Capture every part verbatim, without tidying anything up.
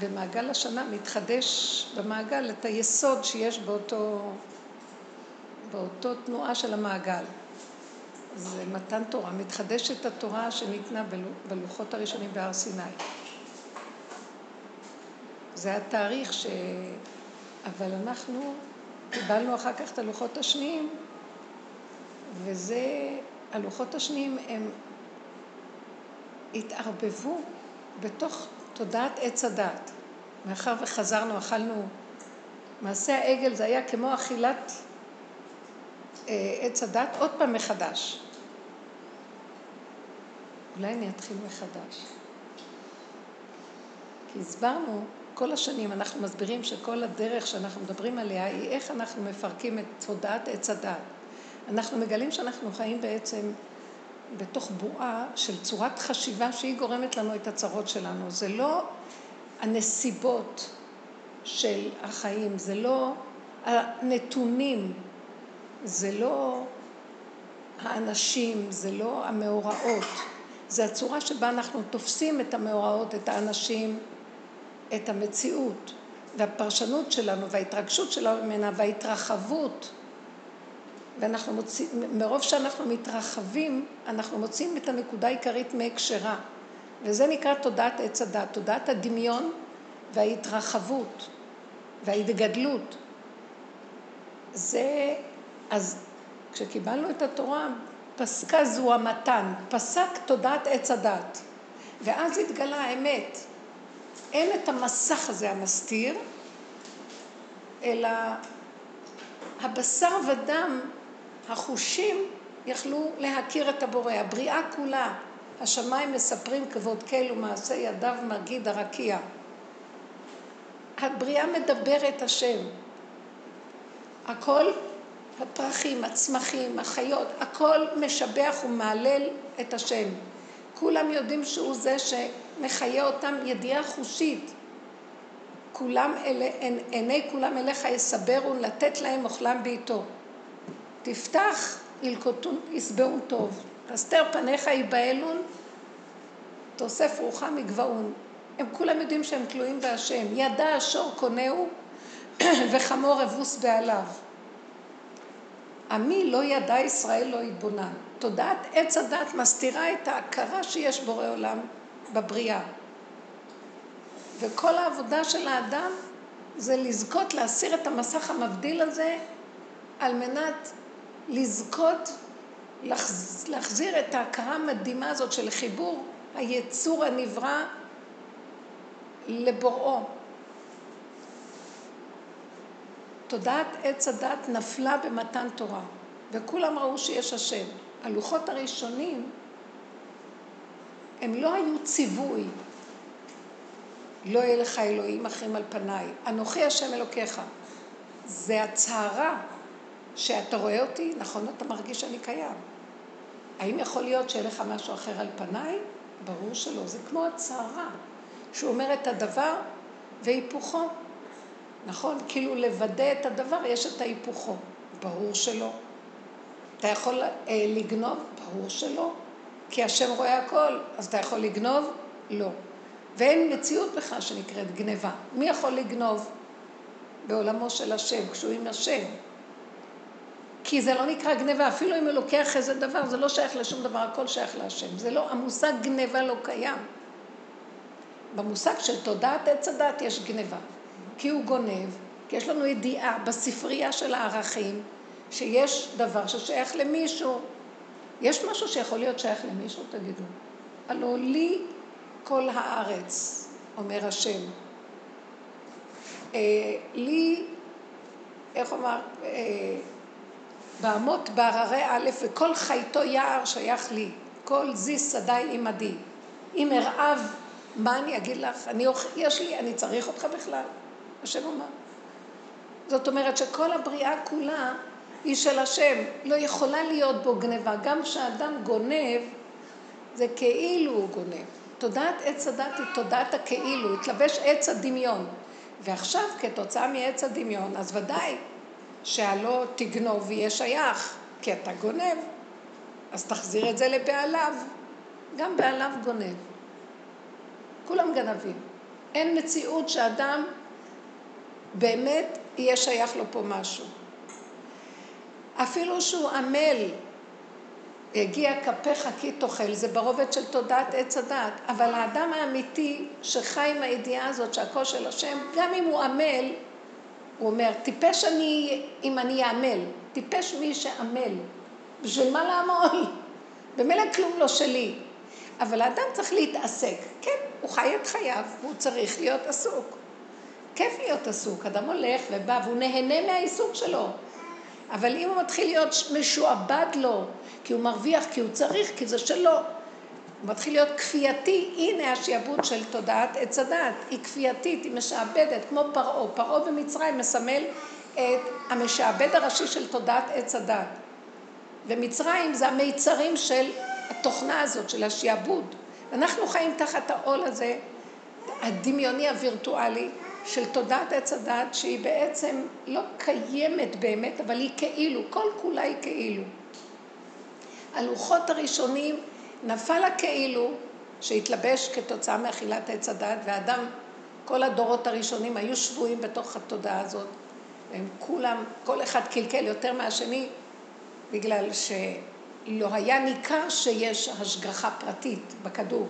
במעגל השנה מתחדש במעגל את היסוד שיש באותו, באותו תנועה של המעגל. זה מתן תורה, מתחדשת התורה שניתנה בלוחות הראשונים בהר סיני. זה התאריך ש... אבל אנחנו קיבלנו אחר כך את הלוחות השניים, וזה, הלוחות השניים הם התערבבו בתוך תודעת עץ הדת. מאחר וחזרנו, אכלנו, מעשה העגל זה היה כמו אכילת אה, עץ הדת, עוד פעם מחדש. אולי אני אתחיל מחדש. כי הסברנו, כל השנים אנחנו מסבירים שכל הדרך שאנחנו מדברים עליה היא איך אנחנו מפרקים את תודעת עץ הדת. אנחנו מגלים שאנחנו חיים בעצם בתוך בועה של צורת חשיבה שהיא גורמת לנו את הצרות שלנו. זה לא הנסיבות של החיים, זה לא הנתונים, זה לא האנשים, זה לא המאורעות. זה הצורה שבה אנחנו תופסים את המאורעות, את האנשים, את המציאות, והפרשנות שלנו וההתרגשות שלנו ממנה וההתרחבות. ואנחנו מוצאים, מרוב שאנחנו מתרחבים, אנחנו מוצאים את הנקודה העיקרית מהקשרה. וזה נקרא תודעת עץ הדת, תודעת הדמיון וההתרחבות וההתגדלות. זה, אז כשקיבלנו את התורה, פסקה זו המתן, פסק תודעת עץ הדת. ואז התגלה האמת. אין את המסך הזה המסתיר, אלא הבשר ודם, החושים, יכלו להכיר את הבורא. הבריאה כולה, השמיים מספרים כבוד כל ומעשה ידיו מגיד הרקיע. הבריאה מדברת השם. הכל, הפרחים, הצמחים, החיות, הכל משבח ומעלל את השם. כולם יודעים שהוא זה שמחיה אותם ידיעה חושית. כולם אלה, עיני כולם אליך יסברו, לתת להם אוכלם בעיתו. תפתח, ילקוטון, יסבעון טוב. תסתר פניך ייבהלון, תוסף רוחם יגבעון. הם כולם יודעים שהם תלויים בהשם. ידע השור קונהו וחמור אבוס בעליו. עמי לא ידע, ישראל לא יתבונן. תודעת עץ הדת מסתירה את ההכרה שיש בורא עולם בבריאה. וכל העבודה של האדם זה לזכות להסיר את המסך המבדיל הזה, על מנת לזכות להחזיר את ההכרה המדהימה הזאת של חיבור היצור הנברא לבוראו. תודעת עץ הדת נפלה במתן תורה, וכולם ראו שיש השם. הלוחות הראשונים הם לא היו ציווי, לא יהיה לך אלוהים אחרים על פניי, אנוכי השם אלוקיך. זה הצהרה שאתה רואה אותי, נכון, אתה מרגיש שאני קיים. האם יכול להיות שיהיה לך משהו אחר על פניי? ברור שלא, זה כמו הצהרה שהוא אומר את הדבר והיפוכו. נכון, כאילו לוודא את הדבר יש את ההיפוכו. ברור שלא. אתה יכול אה, לגנוב? ברור שלא. כי השם רואה הכל, אז אתה יכול לגנוב? לא. ואין מציאות בכלל שנקראת גניבה. מי יכול לגנוב? בעולמו של השם, כשהוא עם השם. כי זה לא נקרא גניבה, אפילו אם הוא לוקח איזה דבר, זה לא שייך לשום דבר, הכל שייך להשם. זה לא, המושג גניבה לא קיים. במושג של תודעת עץ הדת יש גניבה. כי הוא גונב, כי יש לנו ידיעה בספרייה של הערכים, שיש דבר ששייך למישהו. יש משהו שיכול להיות שייך למישהו, תגידו. הלא לי כל הארץ, אומר השם. אה, לי, איך אומר, אה, בעמות בהררי א' וכל חייתו יער שייך לי, כל זיס שדי עמדי. אם הרעב, מה אני אגיד לך? אני, יש לי, אני צריך אותך בכלל. השם אומר. זאת אומרת שכל הבריאה כולה היא של השם, לא יכולה להיות בו גניבה. גם כשאדם גונב, זה כאילו הוא גונב. תודעת עץ הדת היא תודעת הכאילו, התלבש עץ הדמיון. ועכשיו כתוצאה מעץ הדמיון, אז ודאי שהלא תגנוב ויהיה שייך, כי אתה גונב, אז תחזיר את זה לבעליו. גם בעליו גונב. כולם גנבים. אין מציאות שאדם באמת יהיה שייך לו פה משהו. אפילו שהוא עמל, הגיע כפיך כי תאכל, זה ברובד של תודעת עץ הדעת, אבל האדם האמיתי שחי עם הידיעה הזאת שהכל של השם, גם אם הוא עמל, הוא אומר, טיפש אני אם אני אעמל, טיפש מי שעמל, בשביל מה לעמול? במילא כלום לא שלי. אבל האדם צריך להתעסק, כן, הוא חי את חייו, והוא צריך להיות עסוק. כיף להיות עסוק, אדם הולך ובא, והוא נהנה מהעיסוק שלו. אבל אם הוא מתחיל להיות משועבד לו, כי הוא מרוויח, כי הוא צריך, כי זה שלו, הוא מתחיל להיות כפייתי, הנה השיעבוד של תודעת עץ הדעת, היא כפייתית, היא משעבדת, כמו פרעה. פרעה במצרים מסמל את המשעבד הראשי של תודעת עץ הדעת. ומצרים זה המיצרים של התוכנה הזאת, של השיעבוד. אנחנו חיים תחת העול הזה, הדמיוני הווירטואלי, של תודעת עץ הדעת, שהיא בעצם לא קיימת באמת, אבל היא כאילו, כל כולה היא כאילו. הלוחות הראשונים נפל הכאילו, שהתלבש כתוצאה מאכילת עץ הדעת, והאדם, כל הדורות הראשונים היו שבויים בתוך התודעה הזאת, והם כולם, כל אחד קלקל יותר מהשני, בגלל שלא היה ניכר שיש השגחה פרטית בכדור.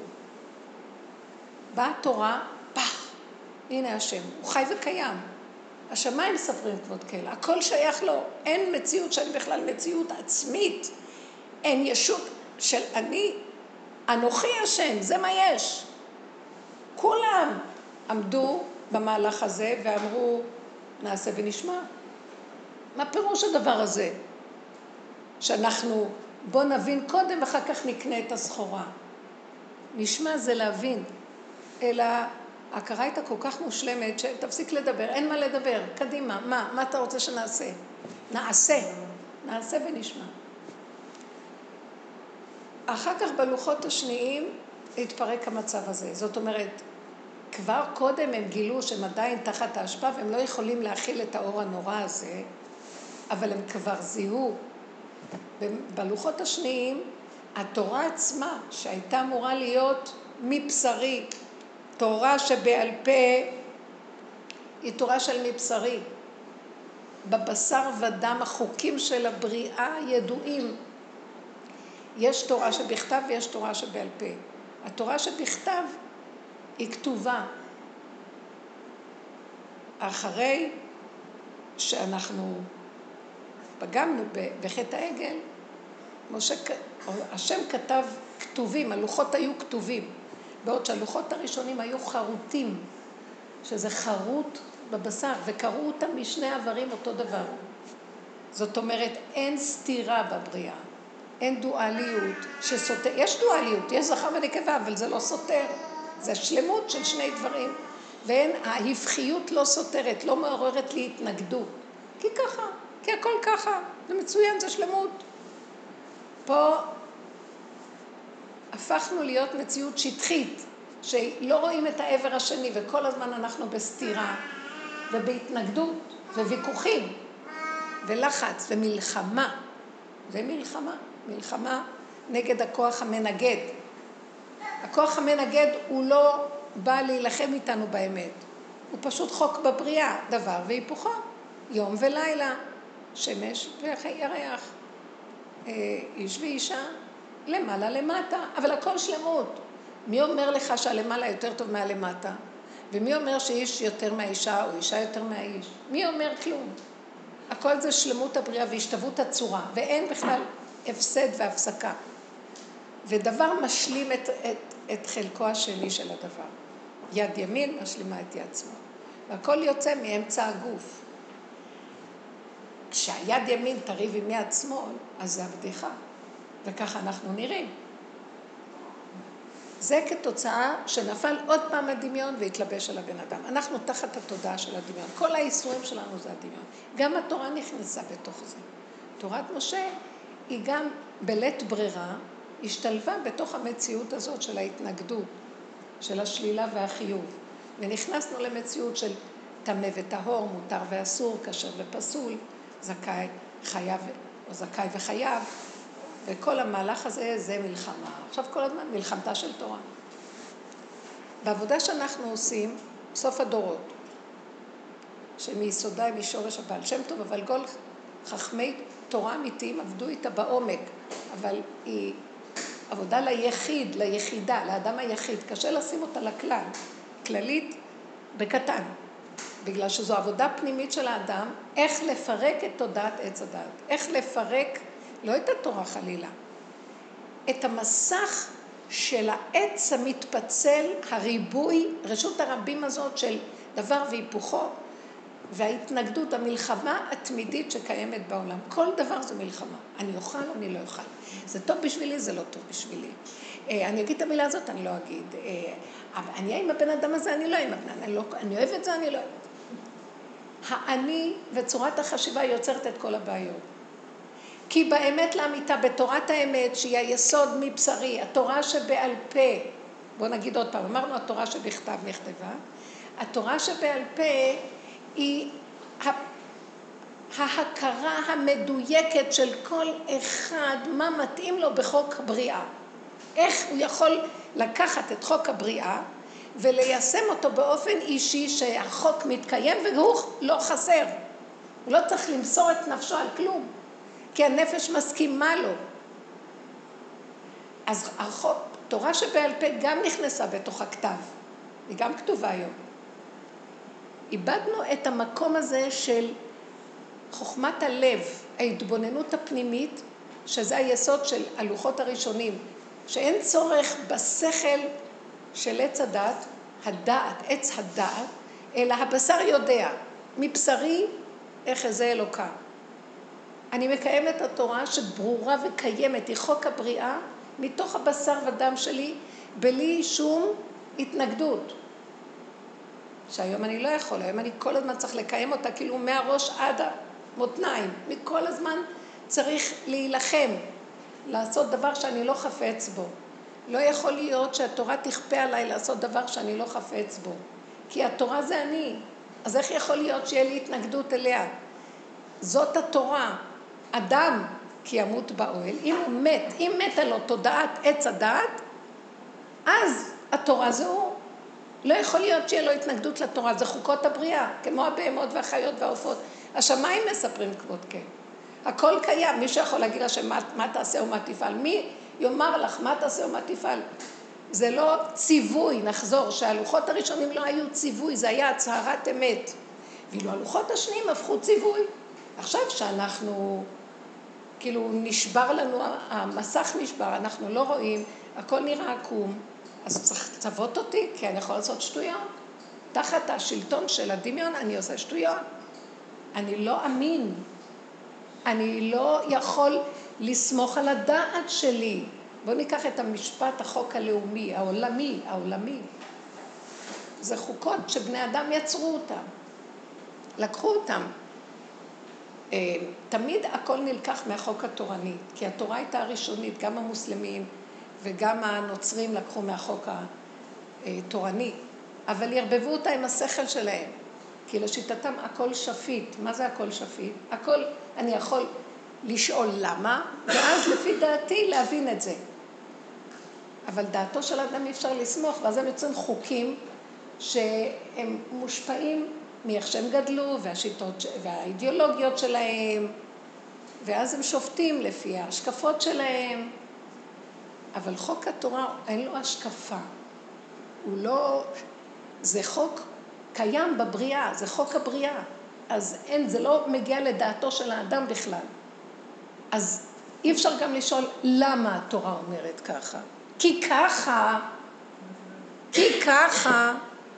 באה התורה, פח, הנה השם, הוא חי וקיים. השמיים ספרים כבוד כל, הכל שייך לו, אין מציאות שאני בכלל מציאות עצמית, אין ישות של אני, אנוכי השם, זה מה יש. כולם עמדו במהלך הזה ואמרו, נעשה ונשמע. מה פירוש הדבר הזה? שאנחנו, בוא נבין קודם ואחר כך נקנה את הסחורה. נשמע זה להבין, אלא ההכרה הייתה כל כך מושלמת שתפסיק לדבר, אין מה לדבר, קדימה, מה, מה אתה רוצה שנעשה? נעשה, נעשה ונשמע. אחר כך בלוחות השניים התפרק המצב הזה, זאת אומרת, כבר קודם הם גילו שהם עדיין תחת ההשפעה והם לא יכולים להכיל את האור הנורא הזה, אבל הם כבר זיהו. בלוחות השניים, התורה עצמה שהייתה אמורה להיות מבשרי, תורה שבעל פה היא תורה של מבשרי. בבשר ודם החוקים של הבריאה ידועים. יש תורה שבכתב ויש תורה שבעל פה. התורה שבכתב היא כתובה. אחרי שאנחנו פגמנו בחטא העגל, משה, השם כתב כתובים, הלוחות היו כתובים. בעוד שהלוחות הראשונים היו חרוטים, שזה חרוט בבשר, וקראו אותם משני עברים אותו דבר. זאת אומרת, אין סתירה בבריאה, אין דואליות שסותר, יש דואליות, יש זכר ונקבה, אבל זה לא סותר, זה שלמות של שני דברים, ואין, ההפכיות לא סותרת, לא מעוררת לי התנגדות, כי ככה, כי הכל ככה, זה מצוין, זה שלמות. פה הפכנו להיות מציאות שטחית, שלא רואים את העבר השני, וכל הזמן אנחנו בסתירה, ובהתנגדות, וויכוחים, ולחץ, ומלחמה. זה מלחמה, מלחמה נגד הכוח המנגד. הכוח המנגד הוא לא בא להילחם איתנו באמת, הוא פשוט חוק בבריאה, דבר והיפוכו, יום ולילה, שמש וירח, איש ואישה, למעלה למטה, אבל הכל שלמות. מי אומר לך שהלמעלה יותר טוב מהלמטה? ומי אומר שאיש יותר מהאישה או אישה יותר מהאיש? מי אומר כלום? הכל זה שלמות הבריאה והשתוות הצורה, ואין בכלל הפסד והפסקה. ודבר משלים את, את, את חלקו השני של הדבר. יד ימין משלימה את יד שמאל. והכל יוצא מאמצע הגוף. כשהיד ימין תריב עם יד שמאל, אז זה הבדיחה. וככה אנחנו נראים. זה כתוצאה שנפל עוד פעם הדמיון והתלבש על הבן אדם. אנחנו תחת התודעה של הדמיון. כל האיסורים שלנו זה הדמיון. גם התורה נכנסה בתוך זה. תורת משה היא גם בלית ברירה, השתלבה בתוך המציאות הזאת של ההתנגדות, של השלילה והחיוב. ונכנסנו למציאות של טמא וטהור, מותר ואסור, כשר ופסול, זכאי, חייב או זכאי וחייב. וכל המהלך הזה זה מלחמה. עכשיו כל הזמן מלחמתה של תורה. בעבודה שאנחנו עושים, סוף הדורות, שמיסודה היא משורש הבעל שם טוב, אבל כל חכמי תורה אמיתיים עבדו איתה בעומק, אבל היא עבודה ליחיד, ליחידה, לאדם היחיד, קשה לשים אותה לכלל, כללית בקטן, בגלל שזו עבודה פנימית של האדם, איך לפרק את תודעת עץ הדעת, איך לפרק, לא את התורה חלילה, את המסך של העץ המתפצל, הריבוי, רשות הרבים הזאת של דבר והיפוכו, וההתנגדות, המלחמה התמידית שקיימת בעולם. כל דבר זו מלחמה. אני אוכל, אני לא אוכל. זה טוב בשבילי, זה לא טוב בשבילי. אני אגיד את המילה הזאת, אני לא אגיד. אני אהיה עם הבן אדם הזה, אני לא אהיה עם הבן אדם. אני, לא, אני אוהב את זה, אני לא אוהב את זה. האני וצורת החשיבה יוצרת את כל הבעיות. כי באמת לאמיתה, בתורת האמת, שהיא היסוד מבשרי, התורה שבעל פה, בוא נגיד עוד פעם, אמרנו התורה שבכתב נכתבה, התורה שבעל פה היא ההכרה המדויקת של כל אחד, מה מתאים לו בחוק הבריאה. איך הוא יכול לקחת את חוק הבריאה וליישם אותו באופן אישי שהחוק מתקיים והוא לא חסר. הוא לא צריך למסור את נפשו על כלום, כי הנפש מסכימה לו. אז החוק, תורה שבעל פה גם נכנסה בתוך הכתב, היא גם כתובה היום. איבדנו את המקום הזה של חוכמת הלב, ההתבוננות הפנימית, שזה היסוד של הלוחות הראשונים, שאין צורך בשכל של עץ הדעת, הדעת, עץ הדעת, אלא הבשר יודע, מבשרי איך זה אלוקה. אני מקיימת את התורה שברורה וקיימת, היא חוק הבריאה, מתוך הבשר ודם שלי, בלי שום התנגדות. שהיום אני לא יכול, היום אני כל הזמן צריך לקיים אותה, כאילו מהראש עד המותניים, מכל הזמן צריך להילחם, לעשות דבר שאני לא חפץ בו. לא יכול להיות שהתורה תכפה עליי לעשות דבר שאני לא חפץ בו, כי התורה זה אני, אז איך יכול להיות שיהיה לי התנגדות אליה? זאת התורה, אדם כי ימות באוהל, אם הוא מת, אם מתה לו תודעת עץ הדעת, אז התורה זה הוא. לא יכול להיות שיהיה לו התנגדות לתורה, זה חוקות הבריאה, כמו הבהמות והחיות והעופות. השמיים מספרים כבוד כן. הכל קיים, מי שיכול להגיד לשם מה, מה תעשה ומה תפעל, מי יאמר לך מה תעשה ומה תפעל. זה לא ציווי, נחזור, שהלוחות הראשונים לא היו ציווי, זה היה הצהרת אמת. ואילו הלוחות השניים הפכו ציווי. עכשיו שאנחנו, כאילו נשבר לנו, המסך נשבר, אנחנו לא רואים, הכל נראה עקום, אז צריך לצוות אותי, כי אני יכול לעשות שטויות. תחת השלטון של הדמיון אני עושה שטויות. אני לא אמין. אני לא יכול לסמוך על הדעת שלי. בואו ניקח את המשפט, החוק הלאומי, העולמי, העולמי. זה חוקות שבני אדם יצרו אותם. לקחו אותם. תמיד הכל נלקח מהחוק התורני, כי התורה הייתה הראשונית, גם המוסלמים וגם הנוצרים לקחו מהחוק התורני, אבל ירבבו אותה עם השכל שלהם, כי לשיטתם הכל שפיט. מה זה הכל שפיט? הכל, אני יכול לשאול למה, ואז לפי דעתי להבין את זה. אבל דעתו של אדם אי אפשר לסמוך, ואז הם יוצאים חוקים שהם מושפעים מאיך שהם גדלו, והשיטות והאידיאולוגיות שלהם, ואז הם שופטים לפי ההשקפות שלהם. אבל חוק התורה אין לו השקפה. הוא לא, זה חוק קיים בבריאה, זה חוק הבריאה. אז אין, זה לא מגיע לדעתו של האדם בכלל. אז אי אפשר גם לשאול למה התורה אומרת ככה. כי ככה, כי ככה.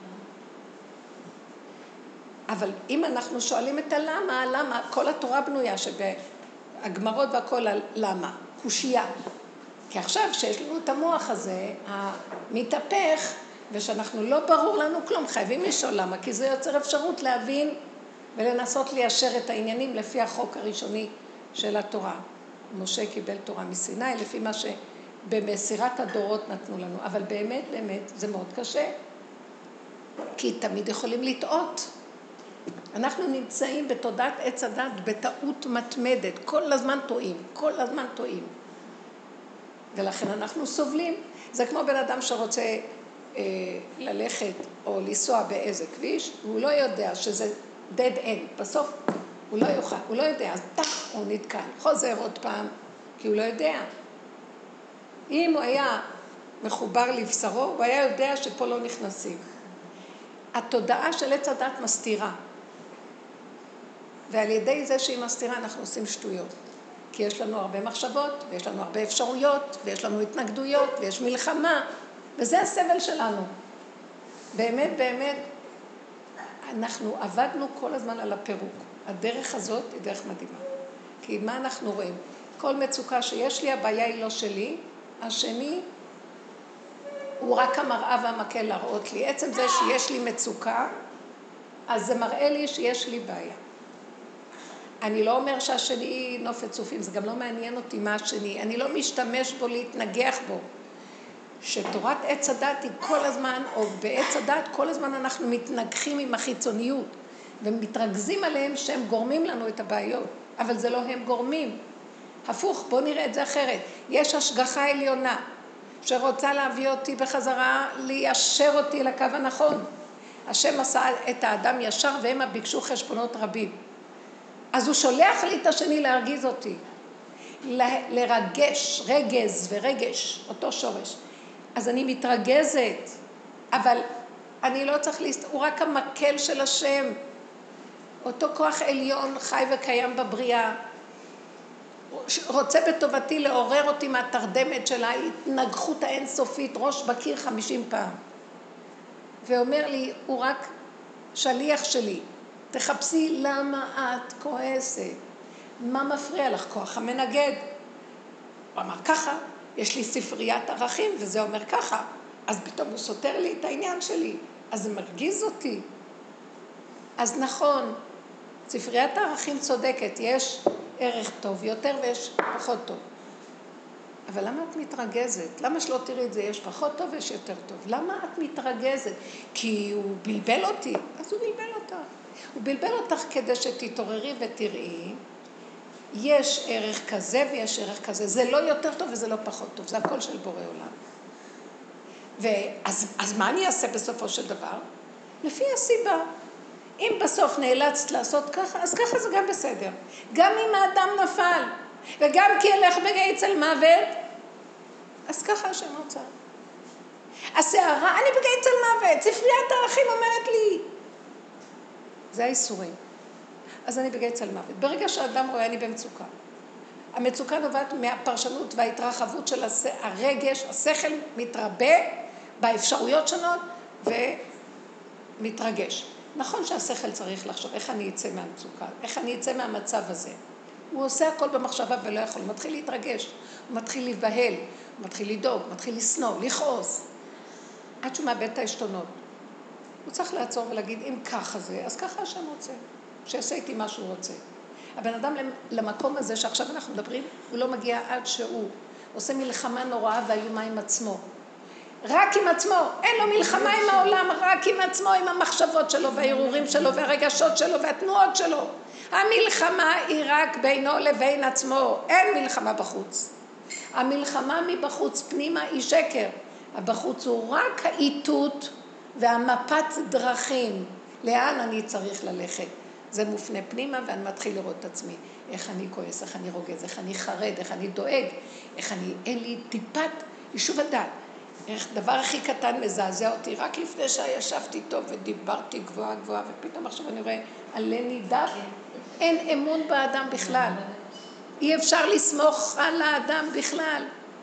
אבל אם אנחנו שואלים את הלמה, למה, כל התורה בנויה שבהגמרות והכל על למה, קושייה. כי עכשיו שיש לנו את המוח הזה, המתהפך, ושאנחנו לא ברור לנו כלום, חייבים לשאול למה, כי זה יוצר אפשרות להבין ולנסות ליישר את העניינים לפי החוק הראשוני של התורה. משה קיבל תורה מסיני, לפי מה שבמסירת הדורות נתנו לנו. אבל באמת, באמת, זה מאוד קשה, כי תמיד יכולים לטעות. אנחנו נמצאים בתודעת עץ הדת, בטעות מתמדת, כל הזמן טועים, כל הזמן טועים. ולכן אנחנו סובלים. זה כמו בן אדם שרוצה אה, ללכת או לנסוע באיזה כביש, והוא לא יודע שזה dead end, בסוף הוא לא יוכל, הוא לא יודע, אז טח, הוא נתקל, חוזר עוד פעם, כי הוא לא יודע. אם הוא היה מחובר לבשרו, הוא היה יודע שפה לא נכנסים. התודעה של עץ הדת מסתירה. ועל ידי זה שהיא מסתירה אנחנו עושים שטויות. כי יש לנו הרבה מחשבות, ויש לנו הרבה אפשרויות, ויש לנו התנגדויות, ויש מלחמה, וזה הסבל שלנו. באמת, באמת, אנחנו עבדנו כל הזמן על הפירוק. הדרך הזאת היא דרך מדהימה. כי מה אנחנו רואים? כל מצוקה שיש לי, הבעיה היא לא שלי, השני הוא רק המראה והמקל להראות לי. עצם זה שיש לי מצוקה, אז זה מראה לי שיש לי בעיה. אני לא אומר שהשני נופת צופים, זה גם לא מעניין אותי מה השני, אני לא משתמש בו להתנגח בו. שתורת עץ הדת היא כל הזמן, או בעץ הדת כל הזמן אנחנו מתנגחים עם החיצוניות, ומתרכזים עליהם שהם גורמים לנו את הבעיות, אבל זה לא הם גורמים. הפוך, בוא נראה את זה אחרת. יש השגחה עליונה, שרוצה להביא אותי בחזרה, ליישר אותי לקו הנכון. השם עשה את האדם ישר, והם ביקשו חשבונות רבים. אז הוא שולח לי את השני להרגיז אותי, ל- לרגש, רגז ורגש, אותו שורש. אז אני מתרגזת, אבל אני לא צריך להסת... הוא רק המקל של השם. אותו כוח עליון חי וקיים בבריאה. רוצה בטובתי לעורר אותי מהתרדמת של ההתנגחות האינסופית, ראש בקיר חמישים פעם. ואומר לי, הוא רק שליח שלי. תחפשי למה את כועסת. מה מפריע לך? כוח המנגד. הוא אמר ככה, יש לי ספריית ערכים וזה אומר ככה. אז פתאום הוא סותר לי את העניין שלי. אז זה מרגיז אותי. אז נכון, ספריית הערכים צודקת, יש ערך טוב יותר ויש פחות טוב. אבל למה את מתרגזת? למה שלא תראי את זה? יש פחות טוב ויש יותר טוב. למה את מתרגזת? כי הוא בלבל אותי. אז הוא בלבל אותך. הוא בלבל אותך כדי שתתעוררי ותראי. יש ערך כזה ויש ערך כזה. זה לא יותר טוב וזה לא פחות טוב. זה הכל של בורא עולם. ואז, אז מה אני אעשה בסופו של דבר? לפי הסיבה. אם בסוף נאלצת לעשות ככה, אז ככה זה גם בסדר. גם אם האדם נפל, וגם כי ילך בגיא צל מוות, אז ככה השם רוצה. הסערה, אני בגיא צל מוות, ספריית הערכים אומרת לי. זה האיסורים. אז אני בגיא צל מוות. ברגע שהאדם רואה אני במצוקה, המצוקה נובעת מהפרשנות וההתרחבות של הרגש, השכל מתרבה באפשרויות שונות ומתרגש. נכון שהשכל צריך לחשוב איך אני אצא מהמצוקה, איך אני אצא מהמצב הזה. הוא עושה הכל במחשבה ולא יכול, הוא מתחיל להתרגש, הוא מתחיל להיבהל, הוא מתחיל לדאוג, הוא מתחיל לסנוע, לכעוס. עד שהוא מאבד את העשתונות. הוא צריך לעצור ולהגיד, אם ככה זה, אז ככה השם רוצה, שיעשה איתי מה שהוא רוצה. הבן אדם למקום הזה שעכשיו אנחנו מדברים, הוא לא מגיע עד שהוא עושה מלחמה נוראה ואיומה עם עצמו. רק עם עצמו, אין לו מלחמה עם העולם, רק עם עצמו, עם המחשבות שלו והערעורים שלו והרגשות שלו והתנועות שלו. המלחמה היא רק בינו לבין עצמו, אין מלחמה בחוץ. המלחמה מבחוץ פנימה היא שקר. הבחוץ הוא רק האיתות והמפת דרכים. לאן אני צריך ללכת? זה מופנה פנימה ואני מתחיל לראות את עצמי. איך אני כועס, איך אני רוגז, איך אני חרד, איך אני דואג, איך אני, אין לי טיפת יישוב הדעת. איך דבר הכי קטן מזעזע אותי, רק לפני שישבתי טוב ודיברתי גבוהה גבוהה, ופתאום עכשיו אני רואה עלה נידף, אין אמון באדם בכלל. אי אפשר לסמוך על האדם בכלל.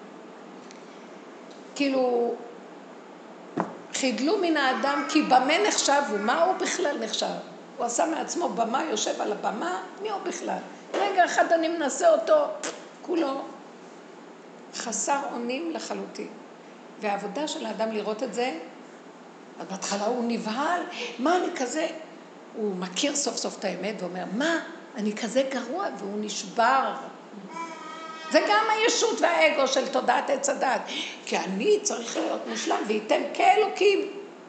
כאילו, חידלו מן האדם, כי במה נחשב, ומה הוא בכלל נחשב? הוא עשה מעצמו במה, יושב על הבמה, מי הוא בכלל? רגע אחד אני מנסה אותו, כולו חסר אונים לחלוטין. והעבודה של האדם לראות את זה, אז בהתחלה הוא נבהל, מה אני כזה? הוא מכיר סוף סוף את האמת ואומר, מה? אני כזה גרוע, והוא נשבר. זה גם הישות והאגו של תודעת עץ הדת. כי אני צריך להיות מושלם וייתן כאלוקים.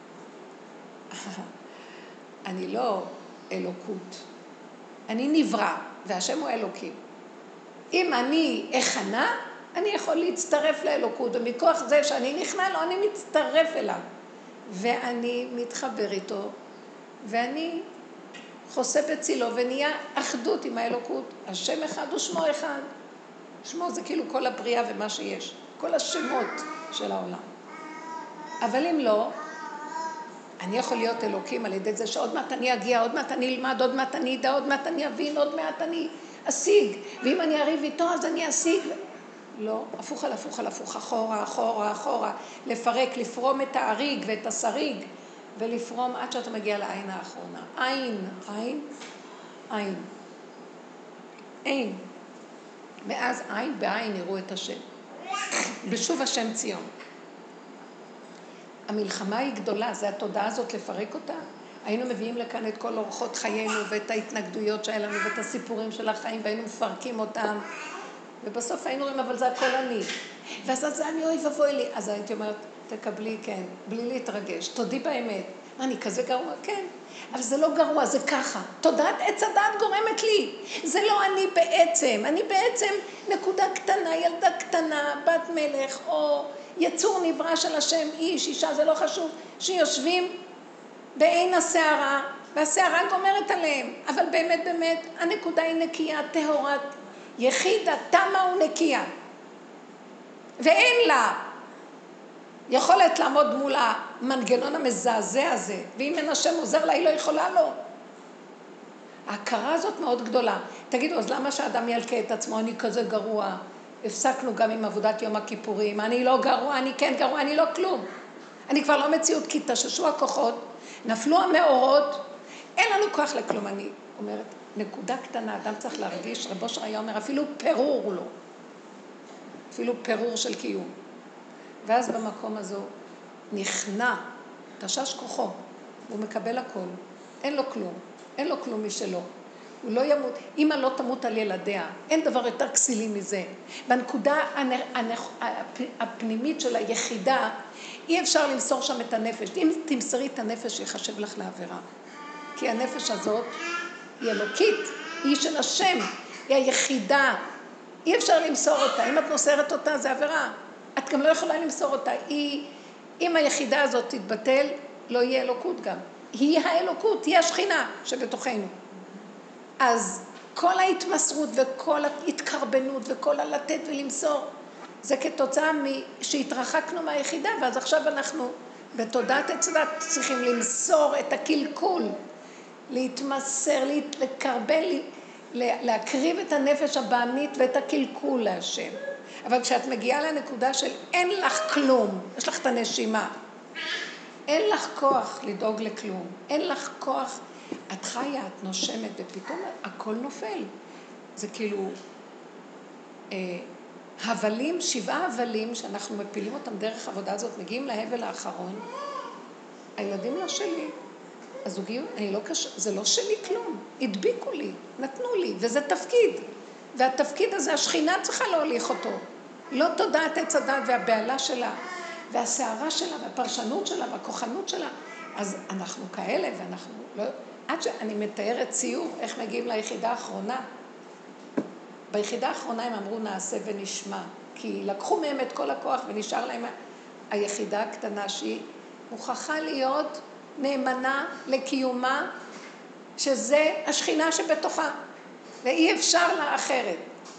אני לא אלוקות. אני נברא, והשם הוא אלוקים. אם אני הכנה, אני יכול להצטרף לאלוקות, ומכוח זה שאני נכנע לו, אני מצטרף אליו. ואני מתחבר איתו, ואני חושף בצילו, ונהיה אחדות עם האלוקות. השם אחד ושמו אחד. שמו זה כאילו כל הבריאה ומה שיש, כל השמות של העולם. אבל אם לא, אני יכול להיות אלוקים על ידי זה שעוד מעט אני אגיע, עוד מעט אני אלמד, עוד מעט אני אדע, עוד מעט אני אבין, עוד מעט אני אשיג. ואם אני אריב איתו, אז אני אשיג. לא, הפוך על הפוך על הפוך, אחורה, אחורה, אחורה. לפרק, לפרום את האריג ואת השריג, ולפרום עד שאתה מגיע לעין האחרונה. עין, עין, עין. אין. מאז עין בעין יראו את השם. בשוב השם ציון. המלחמה היא גדולה, זה התודעה הזאת לפרק אותה. היינו מביאים לכאן את כל אורחות חיינו ואת ההתנגדויות שהיה לנו ואת הסיפורים של החיים והיינו מפרקים אותם. ובסוף היינו רואים, אבל זה הכל אני. ואז זה אני אוי ובוי לי. אז הייתי אומרת, תקבלי, כן, בלי להתרגש. תודי באמת. אני כזה גרוע? כן. אבל זה לא גרוע, זה ככה. תודעת עץ הדעת גורמת לי. זה לא אני בעצם. אני בעצם נקודה קטנה, ילדה קטנה, בת מלך, או יצור נברא של השם, איש, אישה, זה לא חשוב, שיושבים בעין השערה, והשערה גומרת עליהם. אבל באמת, באמת, הנקודה היא נקייה, טהורת, יחידה, תמה ונקייה. ואין לה יכולת לעמוד מול המנגנון המזעזע הזה, ואם אין השם עוזר לה, היא לא יכולה לו. ההכרה הזאת מאוד גדולה. תגידו, אז למה שהאדם ילקה את עצמו? אני כזה גרוע. הפסקנו גם עם עבודת יום הכיפורים. אני לא גרוע, אני כן גרוע, אני לא כלום. אני כבר לא מציאות, כי תששו הכוחות, נפלו המאורות, אין לנו כוח לכלום. אני אומרת, נקודה קטנה, אדם צריך להרגיש, רבו שריה אומר, אפילו פירור לו. אפילו פירור של קיום. ואז במקום הזו נכנע, תשש כוחו, הוא מקבל הכל, אין לו כלום, אין לו כלום משלו, הוא לא ימות, אמא לא תמות על ילדיה, אין דבר יותר כסילי מזה. בנקודה הפנימית של היחידה, אי אפשר למסור שם את הנפש, אם תמסרי את הנפש יחשב לך לעבירה, כי הנפש הזאת היא אלוקית, היא של השם, היא היחידה, אי אפשר למסור אותה, אם את מוסרת אותה זה עבירה. את גם לא יכולה למסור אותה, היא, אם היחידה הזאת תתבטל, לא יהיה אלוקות גם. היא האלוקות, היא השכינה שבתוכנו. אז כל ההתמסרות וכל ההתקרבנות וכל הלתת ולמסור, זה כתוצאה שהתרחקנו מהיחידה, ואז עכשיו אנחנו בתודעת הצדת צריכים למסור את הקלקול, להתמסר, לקרבל, להקריב את הנפש הבעמית ואת הקלקול להשם. אבל כשאת מגיעה לנקודה של אין לך כלום, יש לך את הנשימה, אין לך כוח לדאוג לכלום, אין לך כוח, את חיה, את נושמת, ופתאום הכל נופל. זה כאילו אה, הבלים, שבעה הבלים שאנחנו מפילים אותם דרך העבודה הזאת, מגיעים להבל האחרון, הילדים לא שלי, הזוגיות, אני לא קשה, זה לא שלי כלום, הדביקו לי, נתנו לי, וזה תפקיד, והתפקיד הזה, השכינה צריכה להוליך אותו. לא תודעת עץ הדת והבעלה שלה, והשערה שלה, והפרשנות שלה, והכוחנות שלה. אז אנחנו כאלה, ואנחנו לא... עד שאני מתארת ציור, איך מגיעים ליחידה האחרונה. ביחידה האחרונה הם אמרו נעשה ונשמע, כי לקחו מהם את כל הכוח ונשאר להם היחידה הקטנה שהיא מוכרחה להיות נאמנה לקיומה, שזה השכינה שבתוכה, ואי אפשר לה אחרת.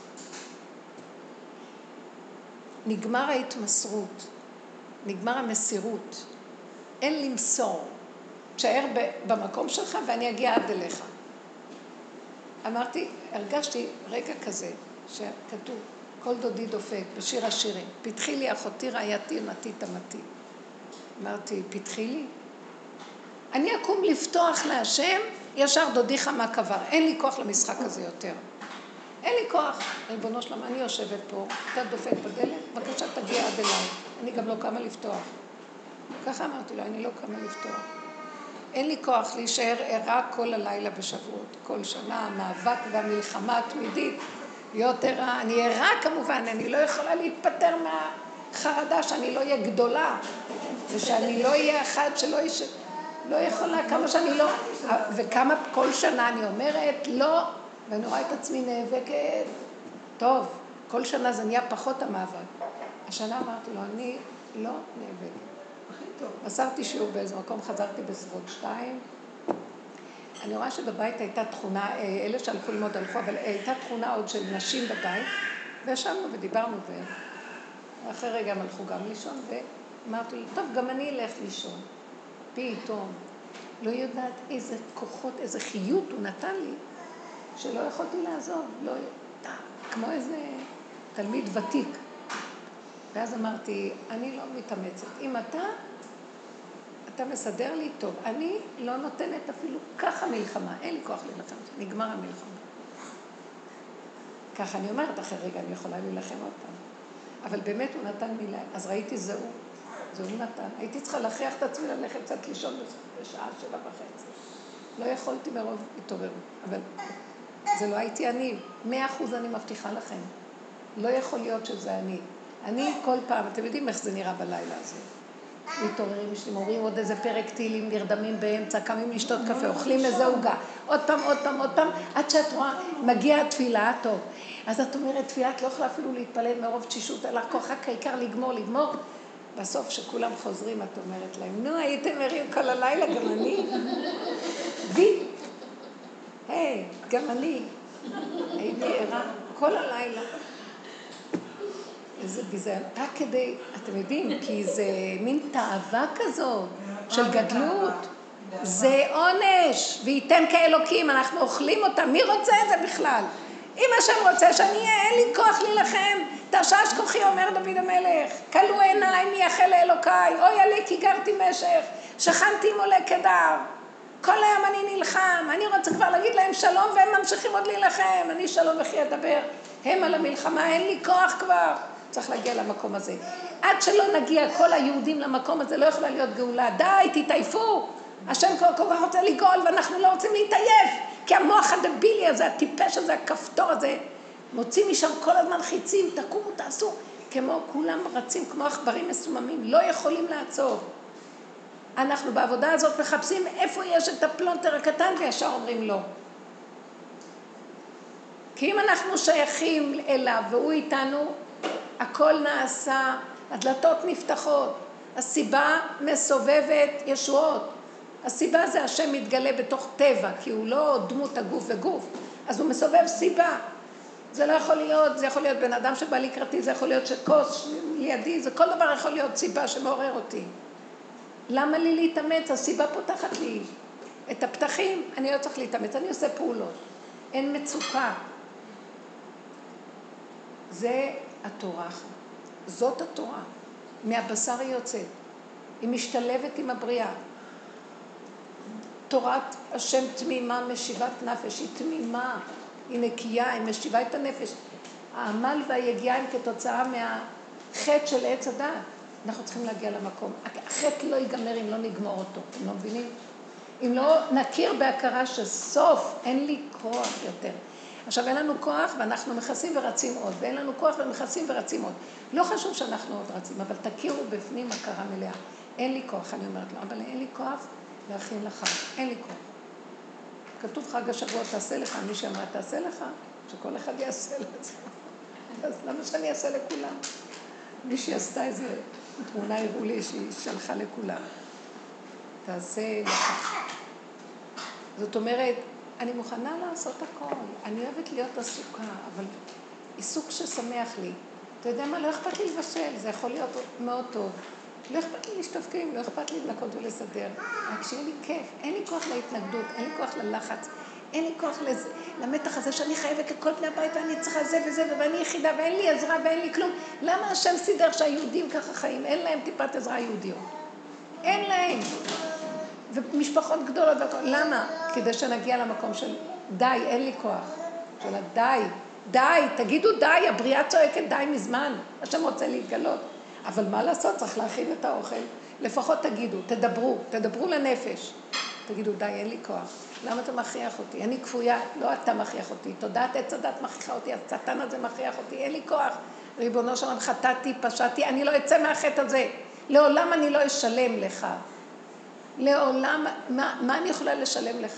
נגמר ההתמסרות, נגמר המסירות, אין למסור, תשאר במקום שלך ואני אגיע עד אליך. אמרתי, הרגשתי רגע כזה, שכתוב, כל דודי דופק בשיר השירים, פתחי לי אחותי רעייתי נתי תמתי. אמרתי, פתחי לי? אני אקום לפתוח להשם, ישר דודיך מה קבר, אין לי כוח למשחק הזה יותר. אין לי כוח. ריבונו שלום, אני יושבת פה, אתה דופק בדלת, בבקשה תגיע עד אליי. אני גם לא קמה לפתוח. ככה אמרתי לו, אני לא קמה לפתוח. אין לי כוח להישאר ערה כל הלילה בשבועות, כל שנה, המאבק והמלחמה התמידית, להיות ערה. אני ערה כמובן, אני לא יכולה להתפטר מהחרדה שאני לא אהיה גדולה, ושאני לא אהיה אחד שלא יש... לא יכולה, כמה שאני לא... וכמה כל שנה אני אומרת, לא... ואני רואה את עצמי נאבקת, טוב, כל שנה זה נהיה פחות המאבק. השנה אמרתי לו, אני לא נאבקת. מסרתי שיעור באיזה מקום, חזרתי בסביבות שתיים. אני רואה שבבית הייתה תכונה, אלה שהלכו ללמוד הלכו, אבל הייתה תכונה עוד של נשים בבית, וישבנו ודיברנו, ואחרי רגע הם הלכו גם לישון, ואמרתי לו, טוב, גם אני אלך לישון. פתאום, לא יודעת איזה כוחות, איזה חיות הוא נתן לי, שלא יכולתי לעזוב, לא יודעת, כמו איזה תלמיד ותיק. ואז אמרתי, אני לא מתאמצת. אם אתה, אתה מסדר לי טוב. אני לא נותנת אפילו ככה מלחמה. אין לי כוח להילחם. נגמר המלחמה. ככה אני אומרת, אחרי רגע אני יכולה להילחם עוד פעם. אבל באמת הוא נתן מילה. אז ראיתי זהו. זהו נתן. הייתי צריכה להכריח את עצמי ללכת קצת לישון בשעה שבע וחצי. לא יכולתי מרוב התעוררות. אבל זה לא הייתי אני. מאה אחוז אני מבטיחה לכם. לא יכול להיות שזה אני. אני כל פעם, אתם יודעים איך זה נראה בלילה הזה. מתעוררים, יש לי מורים עוד איזה פרק טילים, נרדמים באמצע, קמים לשתות קפה, אוכלים איזה עוגה. עוד פעם, עוד פעם, עוד פעם, עד שאת רואה, מגיעה התפילה, טוב. אז את אומרת, תפילה, את לא יכולה אפילו להתפלל מרוב תשישות, אלא כוח רק העיקר לגמור, לגמור. בסוף, שכולם חוזרים, את אומרת להם, נו, הייתם ערים כל הלילה, גם אני. בי. היי, גם אני. הייתי ערה כל הלילה. איזה ביזיון, רק כדי, אתם יודעים, כי זה מין תאווה כזאת של גדלות, זה עונש, וייתן כאלוקים, אנחנו אוכלים אותם, מי רוצה את זה בכלל? אם השם רוצה שאני אהיה, אין לי כוח להילחם, תשש כוחי אומר דוד המלך, כלו עיניי מייחל לאלוקיי, אוי עלי כי גרתי משך, שכנתי מולה כדר, כל היום אני נלחם, אני רוצה כבר להגיד להם שלום והם ממשיכים עוד להילחם, אני שלום וכי אדבר, הם על המלחמה, אין לי כוח כבר. צריך להגיע למקום הזה. עד שלא נגיע כל היהודים למקום הזה, לא יכולה להיות גאולה. די, תתעייפו. השם כל כך רוצה לגאול, ואנחנו לא רוצים להתעייף. כי המוח הדבילי הזה, הטיפש הזה, הכפתור הזה, מוצאים משם כל הזמן חיצים, תקומו, תעשו. כמו כולם רצים, כמו עכברים מסוממים, לא יכולים לעצור. אנחנו בעבודה הזאת מחפשים איפה יש את הפלונטר הקטן, וישר אומרים לא. כי אם אנחנו שייכים אליו, והוא איתנו, הכל נעשה, הדלתות נפתחות, הסיבה מסובבת ישועות. הסיבה זה השם מתגלה בתוך טבע, כי הוא לא דמות הגוף וגוף, אז הוא מסובב סיבה. זה לא יכול להיות, זה יכול להיות בן אדם שבא לקראתי, זה יכול להיות שכוס לידי, זה כל דבר יכול להיות סיבה שמעורר אותי. למה לי להתאמץ? הסיבה פותחת לי את הפתחים, אני לא צריך להתאמץ, אני עושה פעולות. אין מצוקה. זה התורה, זאת התורה, מהבשר היא יוצאת, היא משתלבת עם הבריאה. תורת השם תמימה, משיבת נפש, היא תמימה, היא נקייה, היא משיבה את הנפש. העמל והיגיעה הם כתוצאה מהחטא של עץ הדת. אנחנו צריכים להגיע למקום. החטא לא ייגמר אם לא נגמור אותו, אתם לא מבינים? אם לא נכיר בהכרה שסוף, אין לי כוח יותר. עכשיו אין לנו כוח ואנחנו מכסים ורצים עוד, ואין לנו כוח ומכסים ורצים עוד. לא חשוב שאנחנו עוד רצים, אבל תכירו בפנים הכרה מלאה. אין לי כוח, אני אומרת לו, אבל אין לי כוח להכין לך, אין לי כוח. כתוב חג השבוע, תעשה לך, מי שאמרה תעשה לך, שכל אחד יעשה לעצמו. אז למה שאני אעשה לכולם? מישהי עשתה איזו תמונה, הראו לי שהיא שלחה לכולם. תעשה לך. זאת אומרת, אני מוכנה לעשות הכל, אני אוהבת להיות עסוקה, אבל עיסוק ששמח לי. אתה יודע מה, לא אכפת לי לבשל, זה יכול להיות מאוד טוב. לא אכפת לי לשתפקים, לא אכפת לי לנקות ולסדר. רק שיהיה לי כיף, אין לי כוח להתנגדות, אין לי כוח ללחץ, אין לי כוח לזה, למתח הזה שאני חייבת לכל בני הבית ואני צריכה זה וזה ואני יחידה ואין לי עזרה ואין לי כלום. למה השם סידר שהיהודים ככה חיים? אין להם טיפת עזרה יהודיות. אין להם. ומשפחות גדולות והכל. למה? כדי שנגיע למקום של די, אין לי כוח. של די, די, תגידו די, הבריאה צועקת די מזמן. השם רוצה להתגלות. אבל מה לעשות? צריך להכין את האוכל. לפחות תגידו, תדברו, תדברו לנפש. תגידו די, אין לי כוח. למה אתה מכריח אותי? אני כפויה, לא אתה מכריח אותי. תודעת עץ הדת מכריחה אותי, השטן הזה מכריח אותי, אין לי כוח. ריבונו שלום, חטאתי, פשעתי, אני לא אצא מהחטא הזה. לעולם אני לא אשלם לך. לעולם, מה, מה אני יכולה לשלם לך?